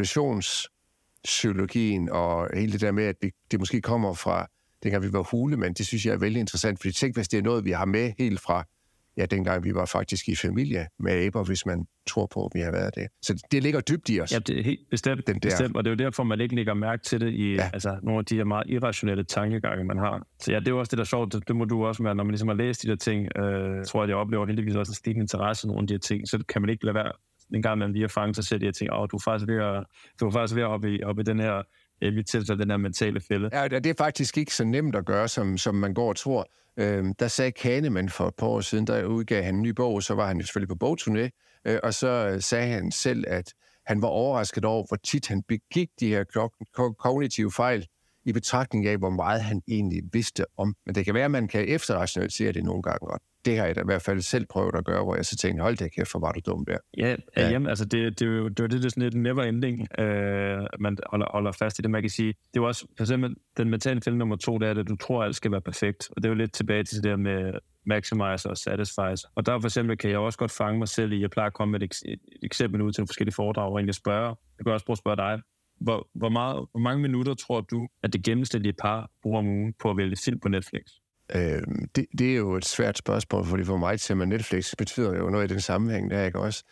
evolutionspsykologien og hele det der med, at det måske kommer fra dengang vi var hulemænd, det synes jeg er vældig interessant, fordi tænk, hvis det er noget, vi har med helt fra, dengang vi var faktisk i familie med aber, hvis man tror på, at vi har været det. Så det ligger dybt i os. Ja, det er helt bestemt, og det er jo derfor, man ikke lægger mærke til det i nogle af de her meget irrationelle tankegange, man har. Så det er jo også det, der er sjovt, det må du også være, når man ligesom har læst de der ting, tror jeg oplever heldigvis også en stigende interesse i nogle af de her ting, så kan man ikke lade være en gang, man lige har fanget sig selv i at tænke, du er faktisk ved at op i den her den her mentale fælde. Ja, det er faktisk ikke så nemt at gøre, som man går og tror. Der sagde Kahneman for et par år siden, der udgav han en ny bog, så var han jo selvfølgelig på bogturné, og så sagde han selv, at han var overrasket over, hvor tit han begik de her kognitive fejl i betragtning af, hvor meget han egentlig vidste om. Men det kan være, at man kan efterrationalisere det nogle gange, og det har jeg da i hvert fald selv prøvet at gøre, hvor jeg så tænkte, hold da kæft, hvor var du dum der. Ja. Jamen, altså det er jo sådan et never ending, man holder fast i det. Man kan sige, det er jo også, for eksempel, den mentale fælde nummer 2, det er, at du tror, at alt skal være perfekt. Og det er jo lidt tilbage til det der med maximizer og satisfier. Og der for eksempel kan jeg også godt fange mig selv i, jeg plejer at komme med et eksempel ud til nogle forskellige foredrag, og egentlig spørge, jeg kan også prøve at spørge dig, hvor mange minutter tror du, at det gennemsnitlige par bruger om ugen på at vælge film på Netflix? Det er jo et svært spørgsmål, fordi for mig til Netflix betyder jo noget i den sammenhæng, der ikke også.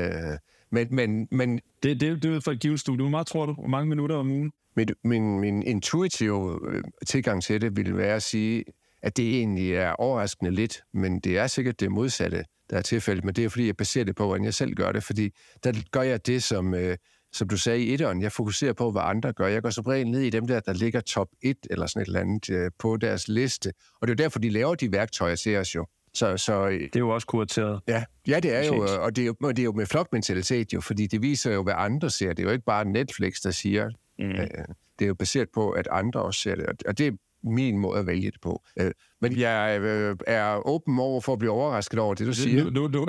Men det er for et givet studie. Hvor meget tror du? Hvor mange minutter om ugen? Min intuitive tilgang til det ville være at sige, at det egentlig er overraskende lidt, men det er sikkert det modsatte, der er tilfældet. Men det er fordi, jeg baserer det på, hvordan jeg selv gør det, fordi der gør jeg det, som du sagde i etteren, jeg fokuserer på, hvad andre gør. Jeg går så bredt ned i dem der ligger top 1 eller sådan et eller andet på deres liste. Og det er jo derfor, de laver de værktøjer til os jo. Så det er jo også kurateret. Ja, det er jo, og det er jo med flokmentalitet jo, fordi det viser jo, hvad andre ser. Det er jo ikke bare Netflix, der siger. Det er jo baseret på, at andre også ser det, og det er min måde at vælge det på. Men jeg er åben over for at blive overrasket over det, du siger.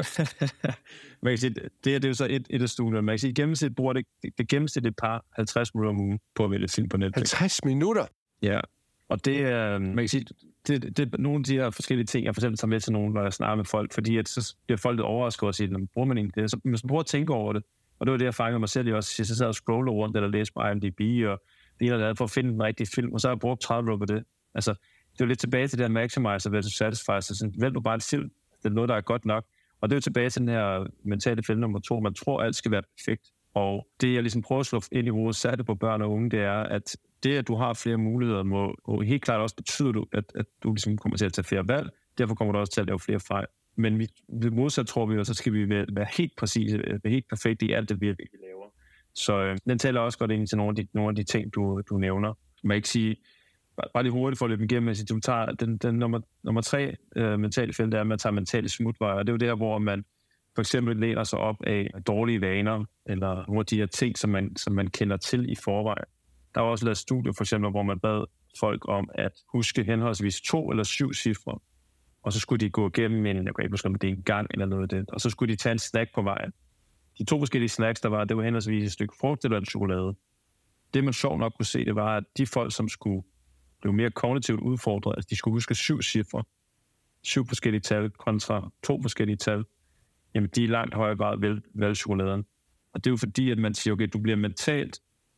Man kan sige, det er jo så et af studierne. Man kan sige, gennemsnit bruger det gennemsnit par 50 minutter om ugen på at vælge film på Netflix. 50 minutter? Ja, og det er, man kan sige, det er nogle af de her forskellige ting, jeg for eksempel tager med til nogen, når jeg snakker med folk, fordi at så bliver folk lidt overrasket over at sige, bruger man egentlig det? Så hvis man prøver at tænke over det, og det var det, jeg fangede mig selv i også, så sad jeg og scrollede rundt eller læste på IMDb, og det ene eller andet for at finde den rigtige film, og så har jeg brugt 30 minutter på det. Altså, det er jo lidt tilbage til det her maximizer versus satisfier, så sådan, vælg nu bare det film, det er noget, der er godt nok. Og det er jo tilbage til den her mentale fælde nummer 2, man tror, alt skal være perfekt. Og det, jeg ligesom prøver at slå ind i hovedet, særligt på børn og unge, det er, at det, at du har flere muligheder, må helt klart også betyde, at du ligesom kommer til at tage flere valg. Derfor kommer du også til at lave flere fejl. Men modsat tror vi jo, så skal vi være helt præcise, være helt perfekte i alt det, vi laver. Så den taler også godt ind til nogle af de ting, du nævner. Man kan ikke sige, bare lige hurtigt for at løbe igennem, at du tager den nummer 3 mentale felt, det er, at man tager mentale smutveje, og det er jo der, hvor man for eksempel læner sig op af dårlige vaner, eller nogle af de her ting, som man kender til i forvejen. Der var også lavet studier, for eksempel, hvor man bad folk om at huske henholdsvis 2 eller 7 cifre, og så skulle de gå igennem jeg kan ikke huske, om det er en gang eller noget af det, og så skulle de tage en snack på vejen. De 2 forskellige snacks, det var henholdsvis et stykke frugt eller en chokolade. Det, man sjovt nok kunne se, det var, at de folk, som skulle blive mere kognitivt udfordret, altså de skulle huske 7 cifre, 7 forskellige tal kontra 2 forskellige tal, jamen de er langt højere grad valgte chokoladen. Og det er jo fordi, at man siger, okay, du bliver mentalt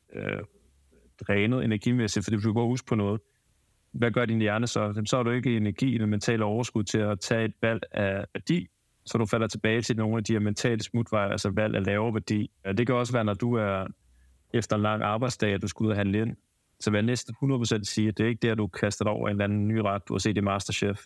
drænet energimæssigt, fordi du går og huske på noget. Hvad gør din hjerne så? Så har du ikke energi eller mentale overskud til at tage et valg af værdi, så du falder tilbage til nogle af de her mentale smutveje, altså valg af lavere værdi. Det kan også være, når du er efter en lang arbejdsdag, at du skal ud og handle ind. Så vil jeg næsten 100% sige, at det er ikke der, du kaster dig over en eller anden ny ret, du har set i MasterChef.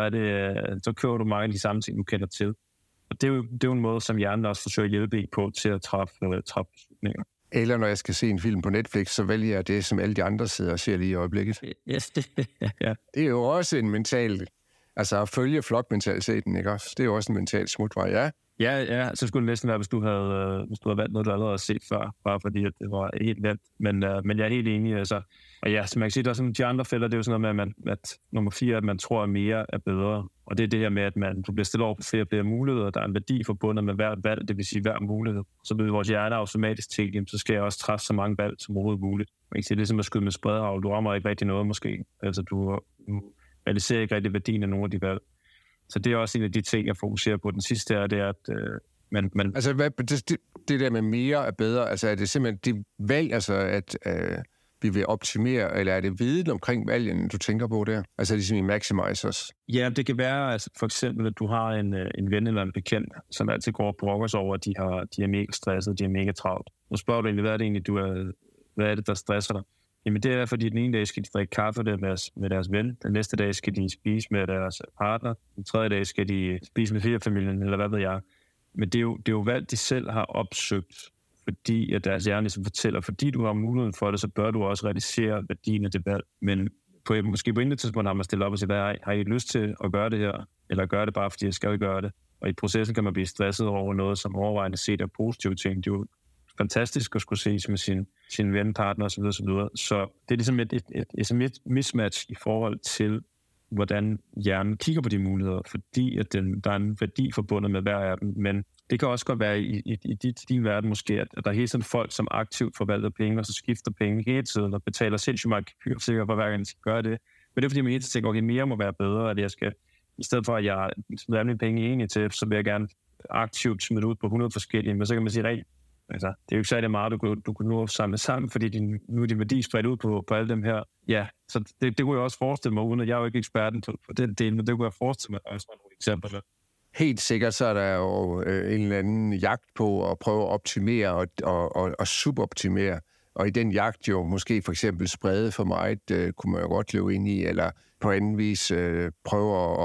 Så kører du mange af de samme ting, du kender til. Og det er jo en måde, som hjernen også forsøger at hjælpe en på til at træffe beslutninger. Eller når jeg skal se en film på Netflix, så vælger jeg det, som alle de andre sidder og ser lige i øjeblikket. Yes, ja. Det er jo også en mental, altså at følge flokmentaliteten, ikke også? Det er jo også en mental smutvej, ja. Ja, så skulle det næsten være, hvis du havde valgt noget, du allerede har set før, bare fordi at det var helt nemt. Men jeg er helt enig. Altså. Og ja, som man kan sige, der er sådan de andre fælder, det er jo sådan noget med, at nummer 4, at man tror, at mere er bedre. Og det er det her med, at du bliver stillet over på flere og flere muligheder. Der er en værdi forbundet med hvert valg, det vil sige hver mulighed. Så vil vores hjerne automatisk tænke, så skal jeg også træffe så mange valg som overhovedet muligt. Man kan sige, det er som at skyde med spredhavl. Du rammer ikke rigtig noget måske. Altså du realiserer ikke rigtig værdien af nogle af de valg. Så det er også en af de ting, jeg fokuserer på. Den sidste er, det er, at man... Altså, det der med mere er bedre, altså er det simpelthen det valg, altså at vi vil optimere, eller er det viden omkring valgen, du tænker på der? Altså ligesom i Maximizers? Ja, det kan være, altså for eksempel, at du har en ven eller en bekendt, som altid går og brokker sig over, at de er mega stresset, de er mega travlt. Nu spørger du egentlig, hvad er det egentlig, hvad er det, der stresser dig? Jamen det er, fordi den ene dag skal de drikke kaffe med deres ven, den næste dag skal de spise med deres partner, den tredje dag skal de spise med hele familien, eller hvad ved jeg. Men det er jo valg, de selv har opsøgt, fordi at deres hjerne ligesom fortæller, fordi du har muligheden for det, så bør du også realisere værdien af det valg. Men måske på intet tidspunkt har man stillet op og sige, har I lyst til at gøre det her, eller gøre det bare, fordi jeg skal jo gøre det. Og i processen kan man blive stresset over noget, som overvejende set er positive ting. Det er jo fantastisk at skulle ses med sin venpartner osv. Så det er ligesom et mismatch i forhold til, hvordan hjernen kigger på de muligheder, fordi at der er en værdi forbundet med hver af dem. Men det kan også godt være i din verden måske, at der er hele tiden folk, som aktivt forvalter penge, og så skifter penge hele tiden, og betaler sindssygt meget gebyr for hver gang, de skal gøre det. Men det er fordi, man hele tiden tænker, okay, mere må være bedre, at jeg skal, i stedet for at jeg smider mine penge i en ETF, så vil jeg gerne aktivt smide ud på 100 forskellige, men så kan man sige rent. Altså, det er jo ikke særlig meget, du kunne nå samle sammen, fordi nu er din værdi spredt ud på alle dem her. Ja, så det kunne jeg også forestille mig, uden at jeg er jo ikke eksperten på den del, men det kunne jeg forestille mig også nogle eksempler. Helt sikkert, så er der jo en eller anden jagt på at prøve at optimere og suboptimere. Og i den jagt jo måske for eksempel sprede for meget, kunne man jo godt løbe ind i, eller på anden vis prøve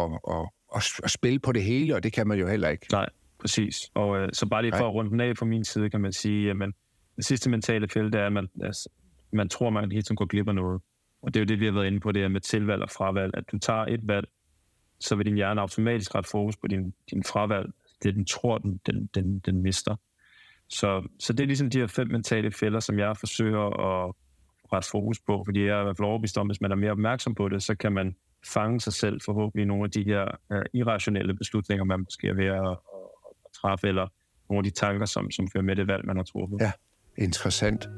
at spille på det hele, og det kan man jo heller ikke. Nej. Præcis. Og så bare lige for at runde den af fra min side, kan man sige, at det sidste mentale felt er, at man tror, man hele tiden går glip af noget. Og det er jo det, vi har været inde på, det er med tilvalg og fravalg. At du tager et valg, så vil din hjerne automatisk rette fokus på din fravalg. Det den tror, den mister. Så det er ligesom de her 5 mentale fælder, som jeg forsøger at rette fokus på, fordi jeg er i hvert fald overbevist om, hvis man er mere opmærksom på det, så kan man fange sig selv forhåbentlig nogle af de her irrationelle beslutninger, man måske er ved at træffe, eller nogle af de tanker, som fører med det valg, man har truffet. Ja, interessant.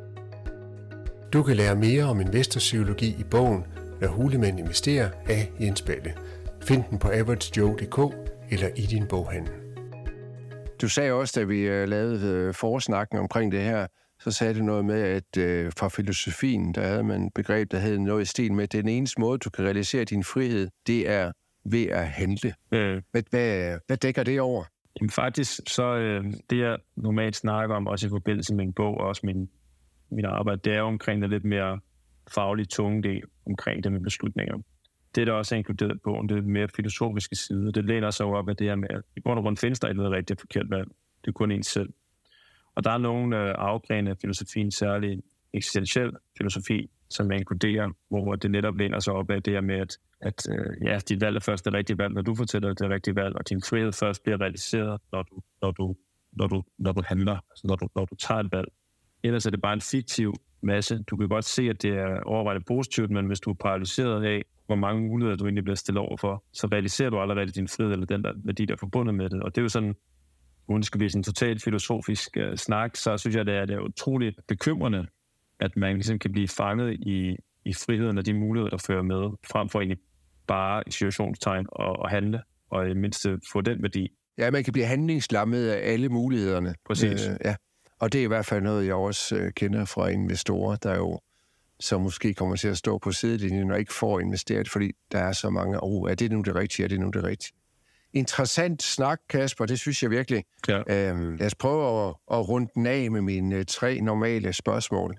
Du kan lære mere om investorpsykologi i bogen Når hulemænd investerer af Jens Balle. Find den på averagejoe.dk eller i din boghandel. Du sagde også, da vi lavede forsnakken omkring det her, så sagde du noget med, at fra filosofien, der havde man et begreb, der havde noget i stil med, at den eneste måde, du kan realisere din frihed, det er ved at handle. Hvad dækker det over? Jamen faktisk, så det jeg normalt snakker om, også i forbindelse med min bog og også min arbejde, det er omkring det lidt mere faglige tunge del omkring det med beslutninger. Det, der også er inkluderet i bogen, det er mere filosofiske side. Det læner sig op af det her med, at i bund og grund findes der ikke noget rigtig forkert valg. Det er kun en selv. Og der er nogle afgrene af filosofien, særligt eksistentiel filosofi, som jeg inkluderer, hvor det netop læner sig op af det her med, at dit valg er først det rigtige valg, når du fortæller det rigtige valg, og din frihed først bliver realiseret, når du handler, altså når du tager et valg. Ellers er det bare en fiktiv masse. Du kan godt se, at det er overvejende positivt, men hvis du er paralyseret af, hvor mange muligheder du egentlig bliver stillet over for, så realiserer du allerede din frihed, eller den der værdi, der er forbundet med det. Og det er jo sådan, uden det skal blive sådan en totalt filosofisk snak, så synes jeg, det er utroligt bekymrende, at man ligesom kan blive fanget i friheden og de muligheder, der fører med, frem for egentlig bare i situationstegn og handle, og i mindst få den værdi. Ja, man kan blive handlingslammet af alle mulighederne. Præcis. Ja. Og det er i hvert fald noget, jeg også kender fra investorer, der jo så måske kommer til at stå på sidelinjen og ikke får investeret, fordi der er så mange, er det nu det rigtige, er det nu det rigtige? Interessant snak, Kasper, det synes jeg virkelig. Ja. Lad os prøve at runde den af med mine 3 normale spørgsmål.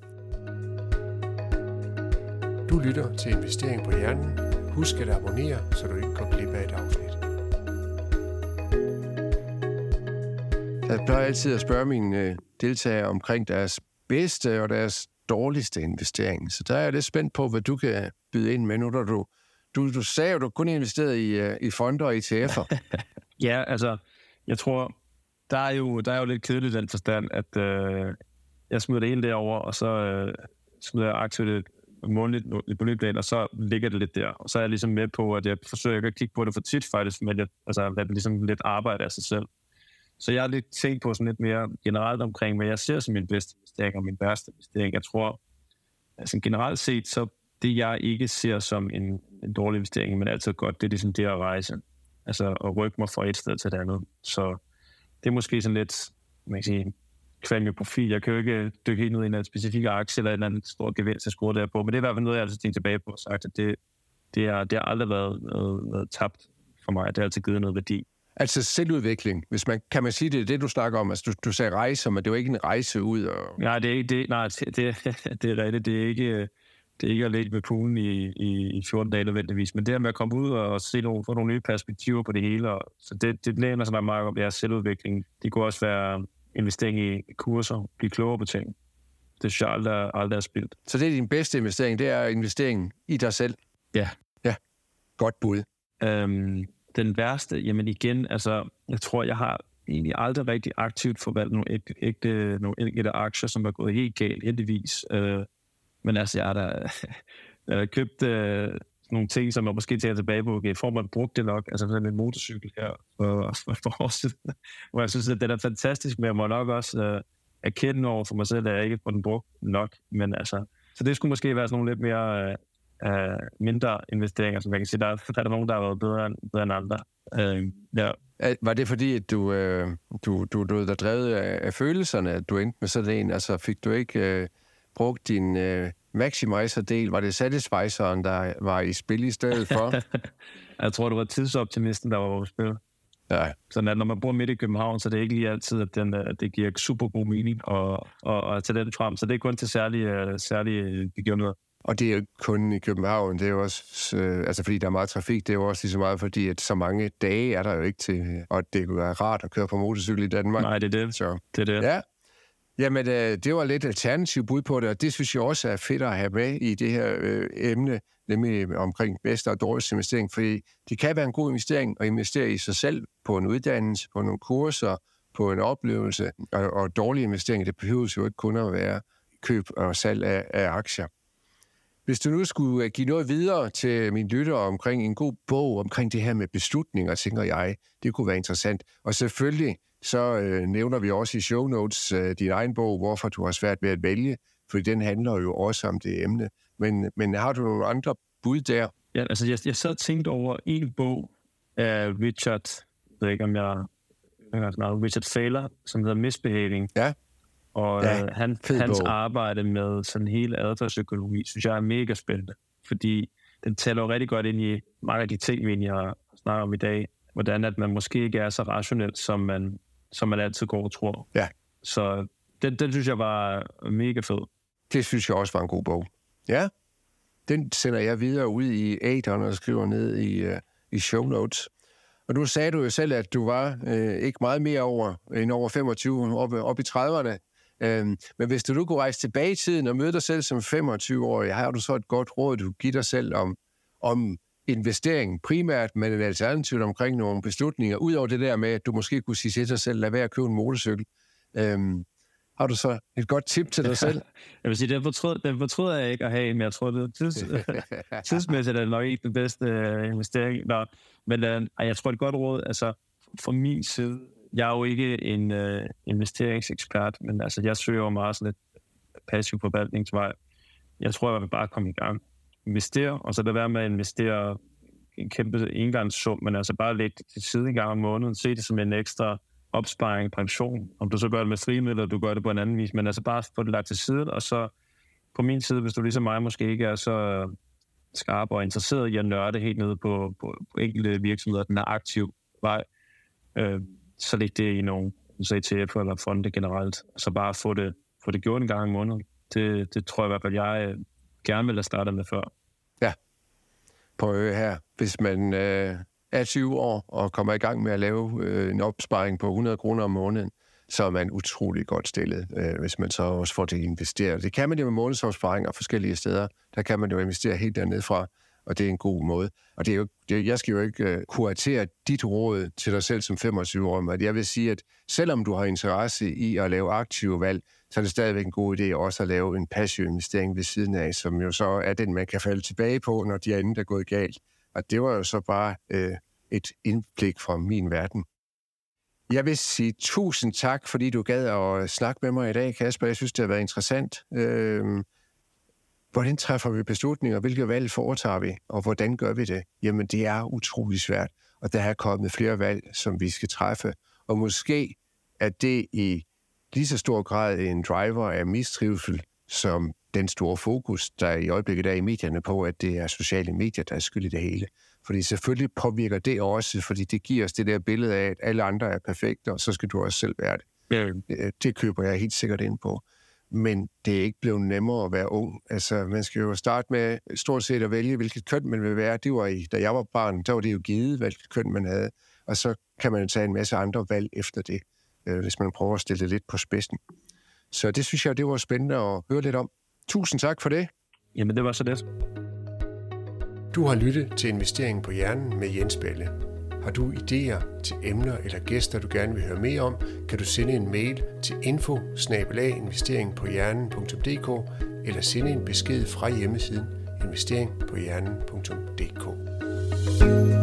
Du lytter til Investering på Hjernen. Husk at abonnere, så du ikke går glip af et afsnit. Jeg plejer altid at spørge mine deltagere omkring deres bedste og deres dårligste investering. Så der er jeg lidt spændt på, hvad du kan byde ind med nu, da du sagde, at du kun investerede i fonder og ETF'er. Ja, altså, jeg tror, der er jo lidt kedeligt den forstand, at jeg smider det hele derover, og så smider jeg aktivt et månedligt beløb derind, og så ligger det lidt der. Og så er jeg ligesom med på, at jeg forsøger ikke at kigge på det for tit faktisk, men jeg lader det ligesom lidt arbejde af sig selv. Så jeg har lidt tænkt på sådan lidt mere generelt omkring, hvad jeg ser som min bedste investering og min værste investering. Jeg tror, altså generelt set, så det jeg ikke ser som en dårlig investering, men altid godt, det er ligesom det at rejse. Altså at rykke mig fra et sted til det andet. Så det er måske sådan lidt, man kan sige, kvæl med profil. Jeg kan jo ikke dykke helt ned i en specifik aktie eller en eller anden stor gevinst, jeg skruer der på, men det er i hvert fald noget, jeg altid tænkt tilbage på og sagt, at det har aldrig været tabt for mig. Det har altid givet noget værdi. Altså selvudvikling, kan man sige det du snakker om? Altså du sagde rejse, men det er jo ikke en rejse ud og... Nej, det er ikke det. Nej, det er rigtigt. Det er ikke at ligge med poolen i 14 dage nødvendigvis, men det her med at komme ud og få nogle nye perspektiver på det hele, så det læner sig meget om, det er selvudvikling. Det kunne også være investering i kurser, blive klogere på ting. Det synes jeg aldrig er spildt. Så det er din bedste investering, det er investeringen i dig selv? Ja. Ja, godt bud. Den værste, jamen igen, altså, jeg tror, jeg har egentlig aldrig rigtig aktivt forvaltet nogle enkelte aktier, som er gået helt galt, heldigvis. Men altså, jeg har da købt nogle ting, som jeg måske tager tilbage på, okay, får man brugt det nok, altså sådan en motorcykel her for år siden, hvor jeg synes, at det er fantastisk, men jeg må nok også erkende over for mig selv, at jeg ikke får den brugt nok, men altså, så det skulle måske være sådan nogle lidt mere mindre investeringer, som jeg kan sige, der er nogen, der har været bedre end andre. Ja. Var det fordi, at du der drevet af følelserne, at du endte med sådan en, altså fik du ikke brugt din maximizer-del? Var det satisficeren, der var i spil i stedet for? Jeg tror, du var tidsoptimisten, der var på spil. Ja. Sådan at når man bor midt i København, så det er ikke lige altid, at det giver super god mening at tage den frem. Så det er kun til særlige begivenheder. Og det er jo ikke kun i København, det er jo også, altså fordi der er meget trafik, det er jo også lige så meget, fordi at så mange dage er der jo ikke til, og det kunne være rart at køre på motorcykel i Danmark. Nej, det er det. Så. Det er det. Ja. Jamen, det var lidt alternativ bud på det, og det synes jeg også er fedt at have med i det her emne, nemlig omkring bedste og dårligste investering, fordi det kan være en god investering at investere i sig selv på en uddannelse, på nogle kurser, på en oplevelse, og dårlige investeringer, det behøves jo ikke kun at være køb og salg af aktier. Hvis du nu skulle give noget videre til mine lyttere omkring en god bog, omkring det her med beslutninger, tænker jeg, det kunne være interessant. Og selvfølgelig så nævner vi også i show notes din egen bog, hvorfor du har svært ved at vælge, for den handler jo også om det emne. Men har du nogle andre bud der? Ja, altså jeg sad og tænkte over en bog af Richard Thaler, som hedder Misbehaving. Ja. Og hans arbejde med sådan hele adfærdsøkonomi, synes jeg er mega spændende, fordi den tæller jo rigtig godt ind i mange af de ting, vi egentlig har snakket om i dag, hvordan at man måske ikke er så rationel, som man altid går og tror. Ja. Så den synes jeg var mega fed. Det synes jeg også var en god bog. Ja, den sender jeg videre ud i æteren og skriver ned i show notes. Og nu sagde du jo selv, at du var ikke meget mere end over 25, op i 30'erne. Men hvis du nu kunne rejse tilbage i tiden og møde dig selv som 25-årig, har du så et godt råd, du giver dig selv om investering primært, men et alternativ omkring nogle beslutninger, udover det der med, at du måske kunne sige til dig selv, lad være at købe en motorcykel. Har du så et godt tip til dig selv? Jeg vil sige, den fortryder jeg ikke at have, men jeg tror, det tidsmæssigt er det nok ikke den bedste investering. Men jeg tror, det er et godt råd. Altså, fra min side, jeg er jo ikke en investeringsekspert, men altså, jeg søger jo meget sådan et passiv forvaltningsvej. Jeg tror, jeg vil bare komme i gang. Investere, og så lade være med at investere en kæmpe engangssum, men altså bare lægge det til side en gang om måneden, se det som en ekstra opsparing, pension. Om du så gør det med frimidler, eller du gør det på en anden vis, men altså bare få det lagt til side, og så på min side, hvis du ligesom mig måske ikke er så skarp og interesseret i at nørde helt nede på enkelte virksomheder, den er aktiv vej, så læg det i nogle ETF eller fonde generelt, og så bare få det gjort en gang om måneden. Det tror jeg i hvert fald, jeg gerne ville have startet med før. Ja, på her. Hvis man er 20 år og kommer i gang med at lave en opsparing på 100 kroner om måneden, så er man utrolig godt stillet, hvis man så også får det investeret. Det kan man jo med månedsopsparinger forskellige steder. Der kan man jo investere helt dernede fra, og det er en god måde. Og det er jo, jeg skal jo ikke kuratere dit råd til dig selv som 25-årig, men jeg vil sige, at selvom du har interesse i at lave aktive valg, så er det stadigvæk en god idé også at lave en passiv investering ved siden af, som jo så er den, man kan falde tilbage på, når de andet er gået galt. Og det var jo så bare et indblik fra min verden. Jeg vil sige tusind tak, fordi du gad at snakke med mig i dag, Kasper. Jeg synes, det har været interessant. Hvordan træffer vi beslutninger? Hvilke valg foretager vi? Og hvordan gør vi det? Jamen, det er utrolig svært. Og der er kommet flere valg, som vi skal træffe. Og måske er det i lige så stor grad en driver af mistrivsel, som den store fokus, der i øjeblikket er i medierne på, at det er sociale medier, der er skyld i det hele. Fordi selvfølgelig påvirker det også, fordi det giver os det der billede af, at alle andre er perfekte, og så skal du også selv være det. Ja. Det køber jeg helt sikkert ind på. Men det er ikke blevet nemmere at være ung. Altså, man skal jo starte med stort set at vælge, hvilket køn man vil være. Det var da jeg var barn, der var det jo givet, hvilket køn man havde. Og så kan man tage en masse andre valg efter det, hvis man prøver at stille det lidt på spidsen. Så det synes jeg, det var spændende at høre lidt om. Tusind tak for det. Jamen, det var så det. Du har lyttet til Investering på Hjernen med Jens Balle. Har du idéer til emner eller gæster, du gerne vil høre mere om, kan du sende en mail til info@investeringpohjernen.dk eller sende en besked fra hjemmesiden investeringpohjernen.dk.